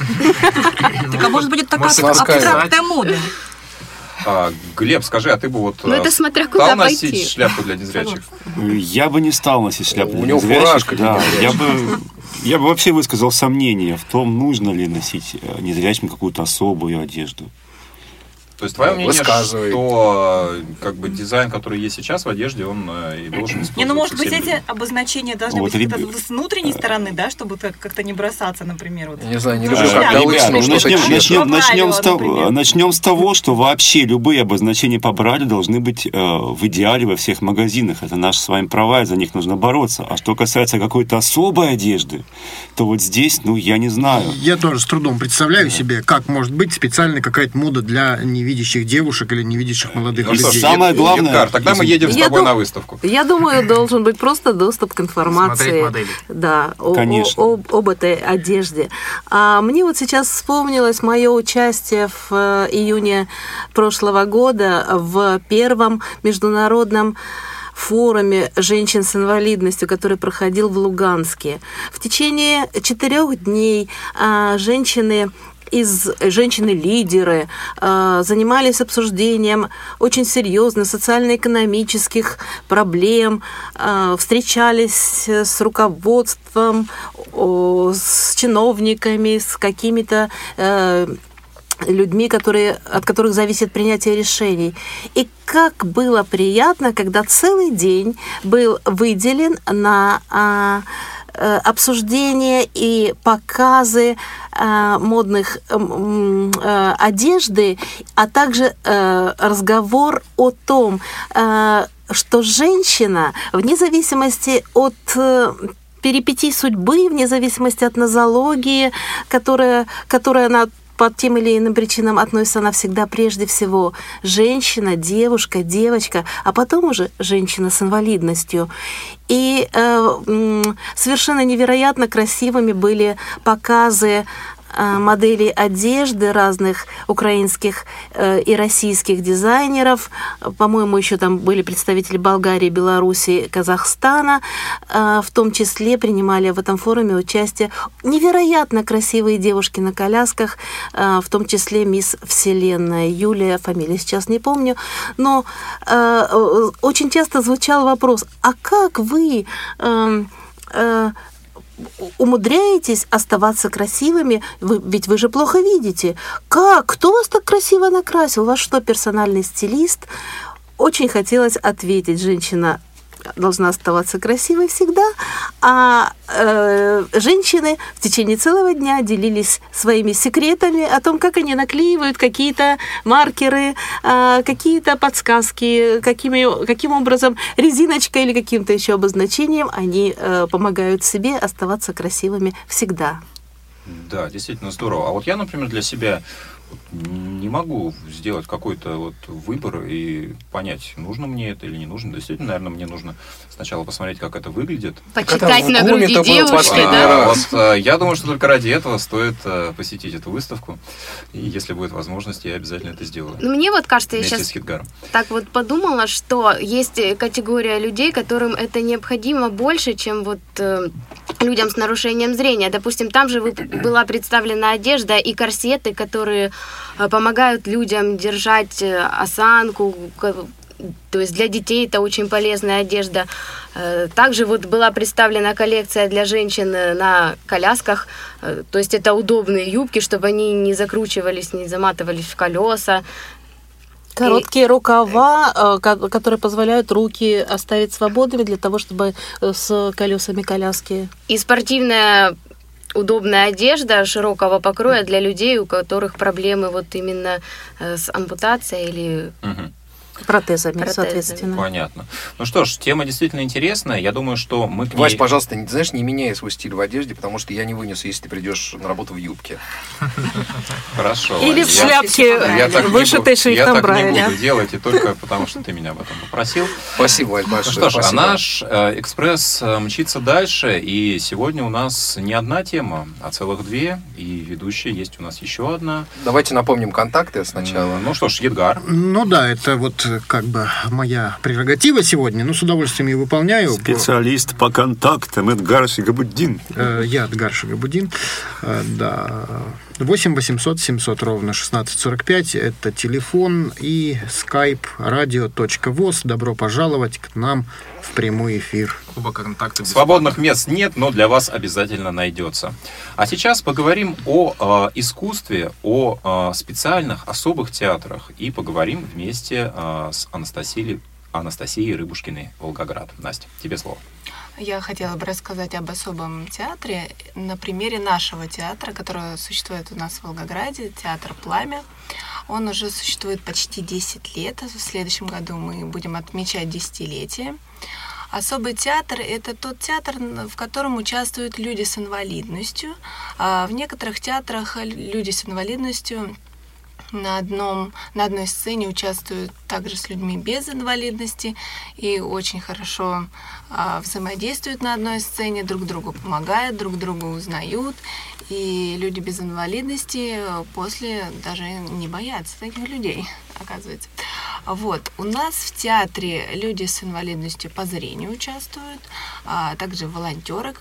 Так а может быть это такая абстрактная мода? А, Глеб, скажи, а ты бы вот ну, это смотря куда стал носить пойти. шляпу для незрячих? Я бы не стал носить шляпу У для него незрячих. фуражка для Да, незрячих. я бы, я бы вообще высказал сомнение в том, нужно ли носить незрячим какую-то особую одежду. То есть твое мнение, Высказывай. что как бы дизайн, который есть сейчас в одежде, он и должен использоваться Не, ну может быть всеми эти людьми? обозначения должны Вот быть реб- как-то с внутренней стороны, да, чтобы так как-то не бросаться, например. Вот. Я не знаю, не Ну, люблю, шляпа. когда Ребят, лысину ну, что-то начнем, чешет. начнем, По начнем, Брайлю, с того, например. начнем с того, что вообще любые обозначения по Брайлю должны быть э, в идеале во всех магазинах. Это наши с вами права, и за них нужно бороться. А что касается какой-то особой одежды, то вот здесь, ну, я не знаю. Я тоже с трудом представляю себе, как может быть специальная какая-то мода для невидящих девушек или невидящих молодых Ну что ж, людей. самое главное- Едгар, тогда мы едем с Я тобой дум- на выставку. Я думаю, должен быть просто доступ к информации. Смотреть модели. Да, о- Конечно. о- об, об этой одежде. А мне вот сейчас вспомнилось мое участие в э, июне прошлого года в первом международном форуме женщин с инвалидностью, который проходил в Луганске. В течение четырех дней а, женщины из женщины-лидеры э, занимались обсуждением очень серьезных социально-экономических проблем, э, встречались с руководством, о, с чиновниками, с какими-то э, людьми, которые, от которых зависит принятие решений. И как было приятно, когда целый день был выделен на а, обсуждение и показы э, модных э, одежды, а также э, разговор о том, э, что женщина, вне зависимости от э, перипетий судьбы, вне зависимости от нозологии, которая, которая она по тем или иным причинам относится она всегда прежде всего женщина, девушка, девочка, а потом уже женщина с инвалидностью. И э, м, совершенно невероятно красивыми были показы моделей одежды разных украинских э, и российских дизайнеров. По-моему, еще там были представители Болгарии, Беларуси, Казахстана. Э, в том числе принимали в этом форуме участие невероятно красивые девушки на колясках, э, в том числе мисс Вселенная Юлия, фамилию сейчас не помню. Но э, очень часто звучал вопрос, а как вы... Э, э, умудряетесь оставаться красивыми, вы, ведь вы же плохо видите. Как? Кто вас так красиво накрасил? У вас что, персональный стилист? Очень хотелось ответить. Женщина должна оставаться красивой всегда, а э, женщины в течение целого дня делились своими секретами о том, как они наклеивают какие-то маркеры, э, какие-то подсказки, какими, каким образом резиночкой или каким-то еще обозначением они э, помогают себе оставаться красивыми всегда. Да, действительно здорово. А вот я, например, для себя не могу сделать какой-то вот выбор и понять, нужно мне это или не нужно. Действительно, наверное, мне нужно сначала посмотреть, как это выглядит. Почитать на груди девушки, да? А, вот, а, я думаю, что только ради этого стоит а, посетить эту выставку. И если будет возможность, я обязательно это сделаю. Ну, мне вот кажется, я вместе сейчас с Хитгаром. так вот подумала, что есть категория людей, которым это необходимо больше, чем вот э, людям с нарушением зрения. Допустим, там же вы, была представлена одежда и корсеты, которые помогают людям держать осанку, то есть для детей это очень полезная одежда. Также вот была представлена коллекция для женщин на колясках, то есть это удобные юбки, чтобы они не закручивались, не заматывались в колеса. Короткие рукава, которые позволяют руки оставить свободными для того, чтобы с колесами коляски. И спортивная удобная одежда широкого покроя для людей, у которых проблемы вот именно с ампутацией или Угу. Протезами, Протезами, соответственно. Понятно. Ну что ж, тема действительно интересная. Я думаю, что мы к ней... Вась, пожалуйста, не, знаешь, не меняй свой стиль в одежде, потому что я не вынесу, если ты придешь на работу в юбке. Хорошо. Или в шляпке, вышитой шрифтом Я так Брайля. не буду делать, и только потому, что ты меня об этом попросил. Спасибо, Вась, большое. Ну что ж, а Спасибо. наш э, экспресс э, мчится дальше, и сегодня у нас не одна тема, а целых две, и ведущая есть у нас еще одна. Давайте напомним контакты сначала. Ну что ж, Едгар. Ну да, это вот как бы моя прерогатива сегодня, но с удовольствием ее выполняю. Специалист по контактам Эдгар Шигабуддин. Э, Я Эдгар Шигабуддин. Э, Да. восемь восемьсот семьсот ровно шестнадцать сорок пять. Это телефон и skype radio.voz. Добро пожаловать к нам в прямой эфир. Куба контакты. Свободных мест нет, но для вас обязательно найдется. А сейчас поговорим о э, искусстве, о э, специальных, особых театрах. И поговорим вместе э, с Анастасией, Анастасией Рыбушкиной, Волгоград. Настя, тебе слово. Я хотела бы рассказать об особом театре на примере нашего театра, который существует у нас в Волгограде, театр «Пламя». Он уже существует почти десять лет. В следующем году мы будем отмечать десятилетие. Особый театр – это тот театр, в котором участвуют люди с инвалидностью. А в некоторых театрах люди с инвалидностью на, одном, на одной сцене участвуют также с людьми без инвалидности и очень хорошо а, взаимодействуют на одной сцене, друг другу помогают, друг друга узнают. И люди без инвалидности после даже не боятся таких людей, оказывается. Вот. У нас в театре люди с инвалидностью по зрению участвуют, а также волонтеры,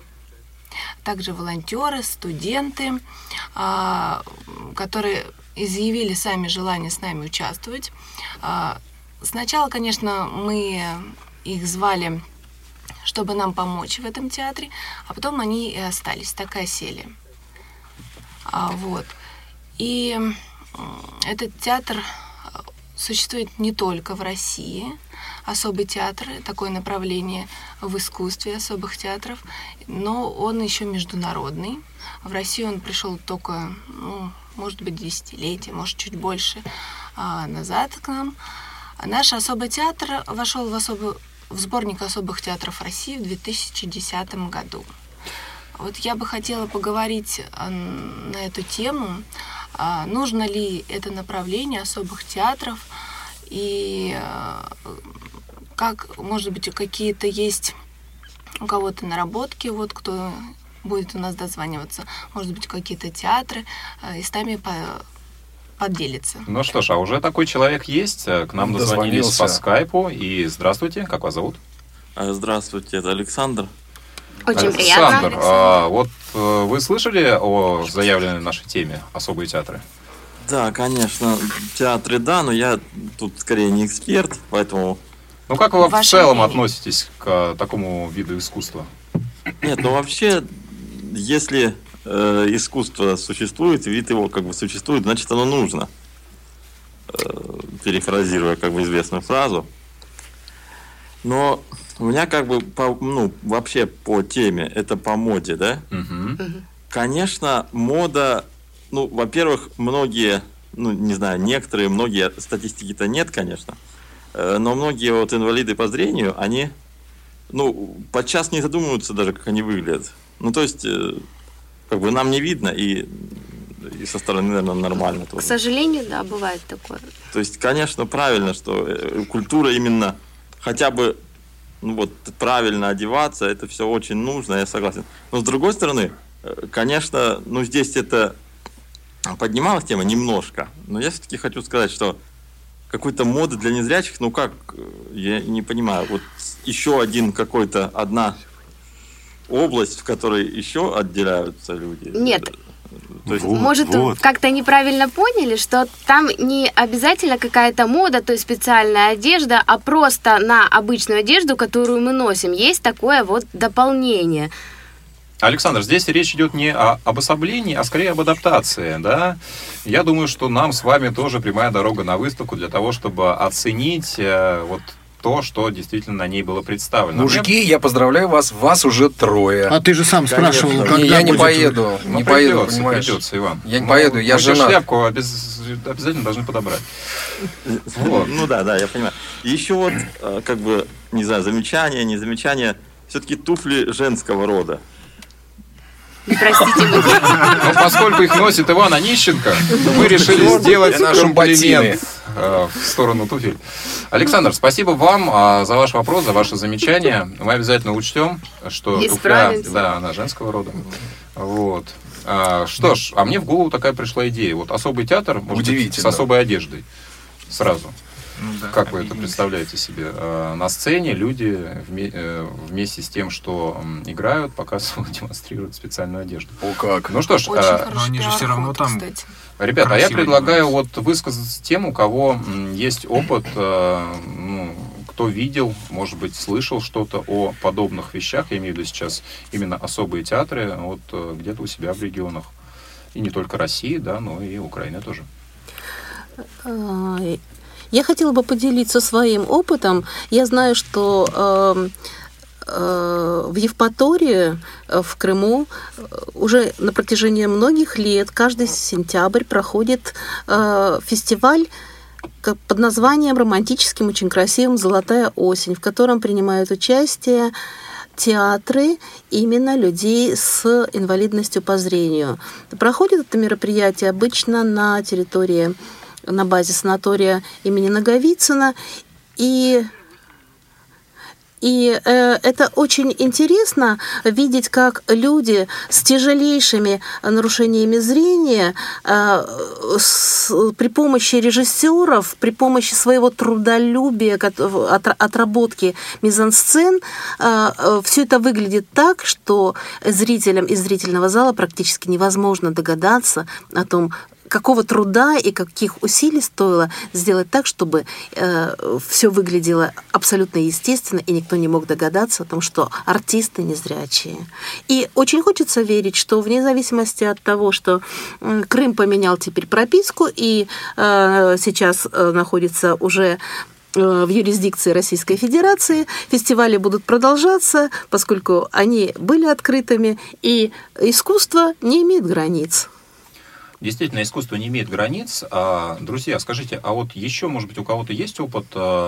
также волонтеры, студенты, а, которые изъявили сами желание с нами участвовать. А, сначала, конечно, мы их звали, чтобы нам помочь в этом театре, а потом они и остались, так и осели. А, вот. И этот театр существует не только в России, особый театр, такое направление в искусстве особых театров, но он еще международный. В Россию он пришел только, ну, может быть, десятилетия, может, чуть больше а, назад к нам. А наш особый театр вошел в, особо, в сборник особых театров России в две тысячи десятом году. Вот я бы хотела поговорить на эту тему. Нужно ли это направление особых театров и как, может быть, какие-то есть у кого-то наработки, вот кто будет у нас дозваниваться, может быть, какие-то театры, и с нами по- поделиться. Ну что ж, а уже такой человек есть. К нам дозвонились по скайпу. И здравствуйте, как вас зовут? Здравствуйте, это Александр. Очень Александр, приятно. а, вот э, вы слышали о заявленной нашей теме «Особые театры»? Да, конечно, театры, да, но я тут скорее не эксперт, поэтому... Ну как вы в Ваше целом мнение? относитесь к такому виду искусства? Нет, ну вообще, если э, искусство существует, вид его как бы существует, значит оно нужно. Э, перефразируя как бы известную фразу. Но у меня как бы, по, ну, вообще по теме, это по моде, да? Угу. Конечно, мода, ну, во-первых, многие, ну, не знаю, некоторые, многие, статистики-то нет, конечно, э, но многие вот инвалиды по зрению, они, ну, подчас не задумываются даже, как они выглядят. Ну, то есть, э, как бы нам не видно, и, и со стороны, наверное, нормально тоже. К сожалению, да, бывает такое. То есть, конечно, правильно, что культура именно хотя бы ну, вот, правильно одеваться, это все очень нужно, я согласен. Но с другой стороны, конечно, ну здесь это поднималась тема немножко, но я все-таки хочу сказать, что какой-то моды для незрячих, ну как, я не понимаю, вот еще один какой-то, одна область, в которой еще отделяются люди. Нет. То есть, Может, вот. как-то неправильно поняли, что там не обязательно какая-то мода, то есть специальная одежда, а просто на обычную одежду, которую мы носим, есть такое вот дополнение. Александр, здесь речь идет не о обособлении, а скорее об адаптации, да? Я думаю, что нам с вами тоже прямая дорога на выставку для того, чтобы оценить э, вот то, что действительно на ней было представлено. Мужики, Мне... я поздравляю вас, вас уже трое. А ты же сам спрашивал, Конечно. когда не, Я не будет... поеду, ну, не придется, поеду, понимаешь? Придется, Иван. Я не ну, поеду, я женат. Шляпку обез... обязательно должны подобрать. Вот. Ну да, да, я понимаю. Еще вот, как бы, не знаю, замечание, не замечание, все-таки туфли женского рода. Простите, вы... Но поскольку их носит Иван Онищенко, мы решили сделать комплимент э, в сторону туфель. Александр, спасибо вам а, за ваш вопрос, за ваше замечание. Мы обязательно учтем, что туфля, да, она женского рода. Вот. А, что ж, а мне в голову такая пришла идея. Вот особый театр, может быть, с особой одеждой. Сразу. Ну, да, как вы это представляете себе? На сцене люди вместе с тем, что играют, показывают, демонстрируют специальную одежду. О, как? Ну что ж, а, но они же все равно там. Ребята, а я предлагаю вот высказать тем, у кого есть опыт, ну, кто видел, может быть, слышал что-то о подобных вещах, я имею в виду сейчас именно особые театры, вот где-то у себя в регионах. И не только России, да, но и Украины тоже. Я хотела бы поделиться своим опытом. Я знаю, что э, э, в Евпатории, в Крыму, уже на протяжении многих лет, каждый сентябрь проходит э, фестиваль под названием романтическим, очень красивым «Золотая осень», в котором принимают участие театры именно людей с инвалидностью по зрению. Проходит это мероприятие обычно на территории на базе санатория имени Наговицына. И, и э, это очень интересно видеть, как люди с тяжелейшими нарушениями зрения э, с, при помощи режиссеров, при помощи своего трудолюбия, от, отработки мизансцен, э, все это выглядит так, что зрителям из зрительного зала практически невозможно догадаться о том, какого труда и каких усилий стоило сделать так, чтобы э, все выглядело абсолютно естественно, и никто не мог догадаться о том, что артисты незрячие. И очень хочется верить, что вне зависимости от того, что э, Крым поменял теперь прописку и э, сейчас э, находится уже в юрисдикции Российской Федерации, фестивали будут продолжаться, поскольку они были открытыми, и искусство не имеет границ. Действительно, искусство не имеет границ. Друзья, скажите, а вот еще, может быть, у кого-то есть опыт,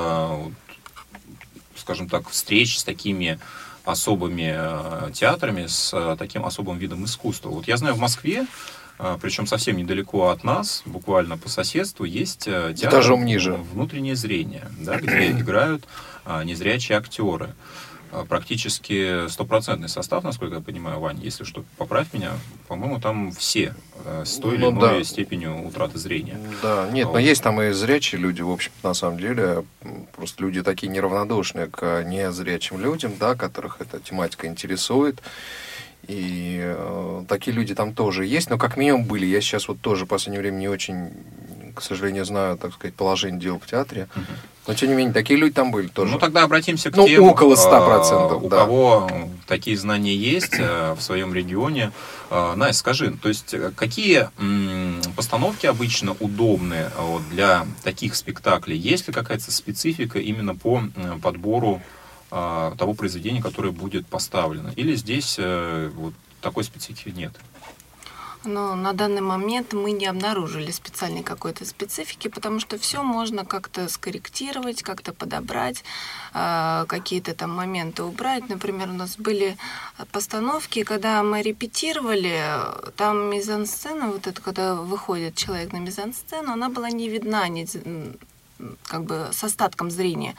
скажем так, встреч с такими особыми театрами, с таким особым видом искусства? Вот я знаю, в Москве, причем совсем недалеко от нас, буквально по соседству, есть театр Этажом ниже. «Внутреннее зрение», да, где играют незрячие актеры. Практически стопроцентный состав, насколько я понимаю, Вань, если что, поправь меня, по-моему, там все с той или ну, иной да. степенью утраты зрения. Да, нет, вот. Но есть там и зрячие люди, в общем, на самом деле, просто люди такие неравнодушные к незрячим людям, да, которых эта тематика интересует. И э, такие люди там тоже есть, но как минимум были. Я сейчас вот тоже в последнее время не очень, к сожалению, знаю, так сказать, положение дел в театре. Uh-huh. Но, тем не менее, такие люди там были тоже. Ну, тогда обратимся к ну, тем, около ста процентов, у да. кого такие знания есть в своем регионе. Настя, скажи, то есть какие постановки обычно удобны для таких спектаклей? Есть ли какая-то специфика именно по подбору того произведения, которое будет поставлено? Или здесь вот такой специфики нет? Но на данный момент мы не обнаружили специальной какой-то специфики, потому что все можно как-то скорректировать, как-то подобрать, э, какие-то там моменты убрать. Например, у нас были постановки, когда мы репетировали, там мизансцена, вот это, когда выходит человек на мизансцену, она была не видна, не, как бы с остатком зрения.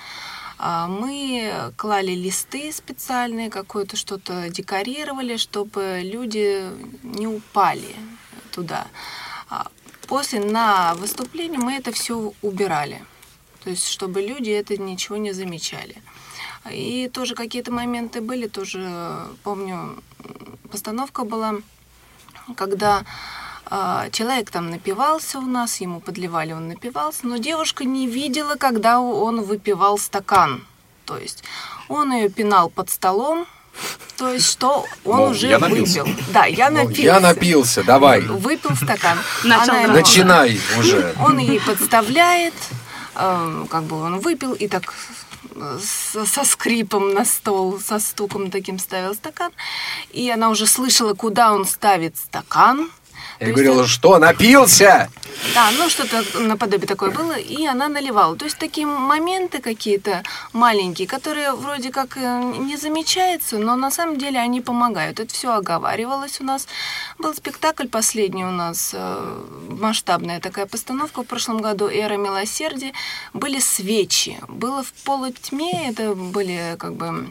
Мы клали листы специальные, какое-то что-то декорировали, чтобы люди не упали туда. После на выступлении мы это все убирали, то есть чтобы люди это ничего не замечали. И тоже какие-то моменты были, тоже помню, постановка была, когда человек там напивался у нас, ему подливали, он напивался, но девушка не видела, когда он выпивал стакан. То есть он ее пинал под столом, то есть что он Мол, уже выпил. Да, я напился. Я напился, давай. Выпил стакан. Начинай уже. Он ей подставляет, как бы он выпил и так со скрипом на стол, со стуком таким ставил стакан. И она уже слышала, куда он ставит стакан. Я говорила, это... что, напился? Да, ну что-то наподобие такое было, и она наливала. То есть такие моменты какие-то маленькие, которые вроде как не замечаются, но на самом деле они помогают. Это все оговаривалось у нас. Был спектакль последний у нас, масштабная такая постановка в прошлом году, «Эра милосердия». Были свечи. Было в полутьме, это были как бы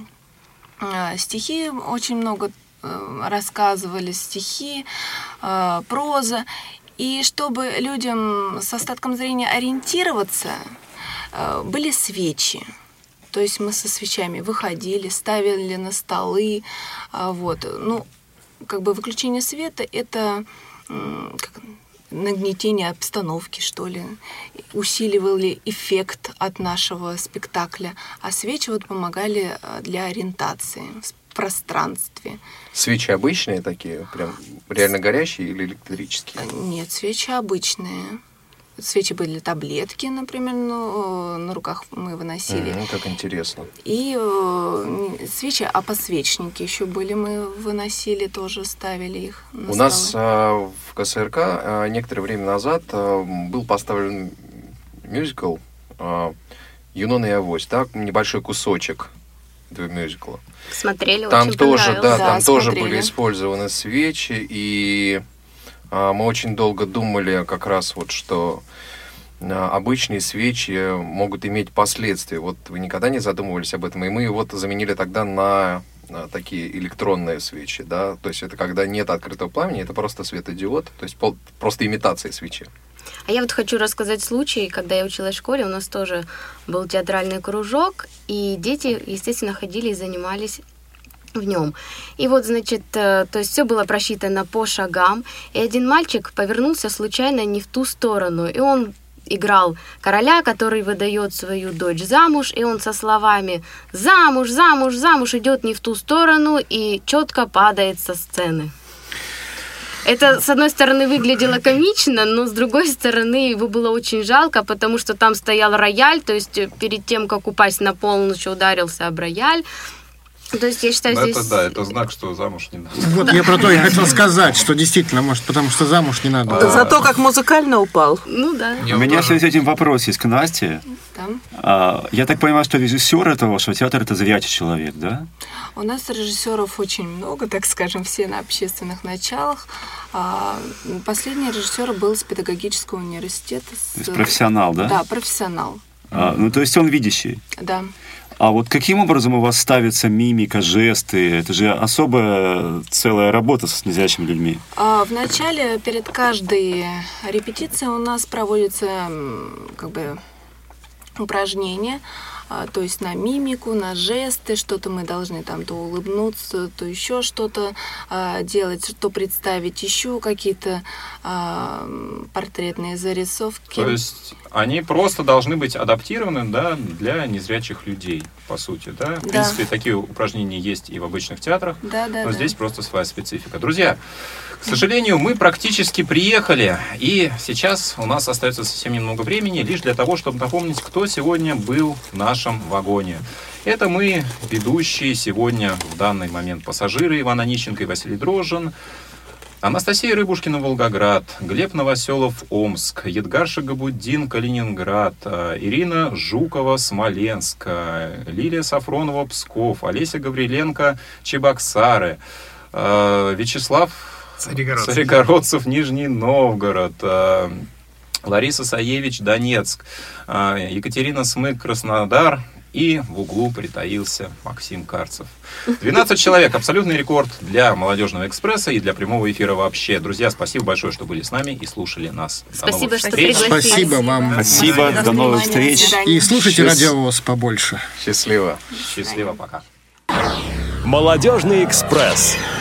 стихи, очень много рассказывали, стихи, э, проза. И чтобы людям с остатком зрения ориентироваться, э, были свечи. То есть мы со свечами выходили, ставили на столы. Э, вот. Ну, как бы выключение света — это э, как, нагнетение обстановки, что ли, усиливали эффект от нашего спектакля. А свечи вот помогали для ориентации в пространстве. Свечи обычные такие, прям реально горящие или электрические? Нет, свечи обычные. Свечи были таблетки, например, ну, на руках мы выносили. Mm, как интересно. И э, свечи, а подсвечники еще были, мы выносили, тоже ставили их на У столы. Нас э, в ка эс эр ка э, некоторое время назад э, был поставлен мюзикл э, «Юнона и Авось», да, небольшой кусочек этого мюзикла. Смотрели, там очень тоже, понравилось. да, да, там смотрели. тоже были использованы свечи, и а, мы очень долго думали как раз вот, что а, обычные свечи могут иметь последствия. Вот вы никогда не задумывались об этом, и мы вот заменили тогда на, на такие электронные свечи, да, то есть это когда нет открытого пламени, это просто светодиод, то есть пол, просто имитация свечи. А я вот хочу рассказать случай, когда я училась в школе, у нас тоже был театральный кружок, и дети, естественно, ходили и занимались в нем. И вот, значит, то есть все было просчитано по шагам, и один мальчик повернулся случайно не в ту сторону, и он играл короля, который выдает свою дочь замуж, и он со словами «замуж, замуж, замуж» идет не в ту сторону и четко падает со сцены. Это, с одной стороны, выглядело комично, но с другой стороны, его было очень жалко, потому что там стоял рояль, то есть перед тем, как упасть на пол, он еще ударился об рояль. То есть я считаю, Но здесь... это да, это знак, что замуж не надо. Вот я про то и хотел сказать, что действительно, может, потому что замуж не надо. А... Зато как музыкально упал. Ну да. У меня в связи с этим вопрос есть к Насте. Там. А, я так понимаю, что режиссер этого вашего театра — это зрячий человек, да? У нас режиссеров очень много, так скажем, все на общественных началах. Последний режиссер был с педагогического университета. С... То есть профессионал, да? Да, профессионал. А, ну, то есть он видящий? Да. А вот каким образом у вас ставится мимика, жесты? Это же особая целая работа с незрячими людьми. А, вначале, перед каждой репетицией у нас проводится как бы упражнения, а, то есть на мимику, на жесты, что-то мы должны там то улыбнуться, то еще что-то а, делать, то представить, еще какие-то а, портретные зарисовки. То есть они просто должны быть адаптированы, да, для незрячих людей, по сути, да? В Да. принципе, такие упражнения есть и в обычных театрах, Да, да, но да. здесь просто своя специфика. Друзья, к сожалению, мы практически приехали, и сейчас у нас остается совсем немного времени лишь для того, чтобы напомнить, кто сегодня был в нашем вагоне. Это мы, ведущие сегодня в данный момент пассажиры, Иван Онищенко и Василий Дрожжин. Анастасия Рыбушкина, Волгоград, Глеб Новоселов, Омск, Едгар Шагабуддин, Калининград, Ирина Жукова, Смоленск, Лилия Сафронова, Псков, Олеся Гавриленко, Чебоксары, Вячеслав Царегородцев, Царегородцев, Нижний Новгород, Лариса Саевич, Донецк, Екатерина Смык, Краснодар. И в углу притаился Максим Карцев. двенадцать человек. Абсолютный рекорд для «Молодежного экспресса» и для прямого эфира вообще. Друзья, спасибо большое, что были с нами и слушали нас. Спасибо, что пригласили. Спасибо вам. Спасибо. До новых встреч. И слушайте Счаст- радиовоз побольше. Счастливо. Счастливо, пока. «Молодежный экспресс».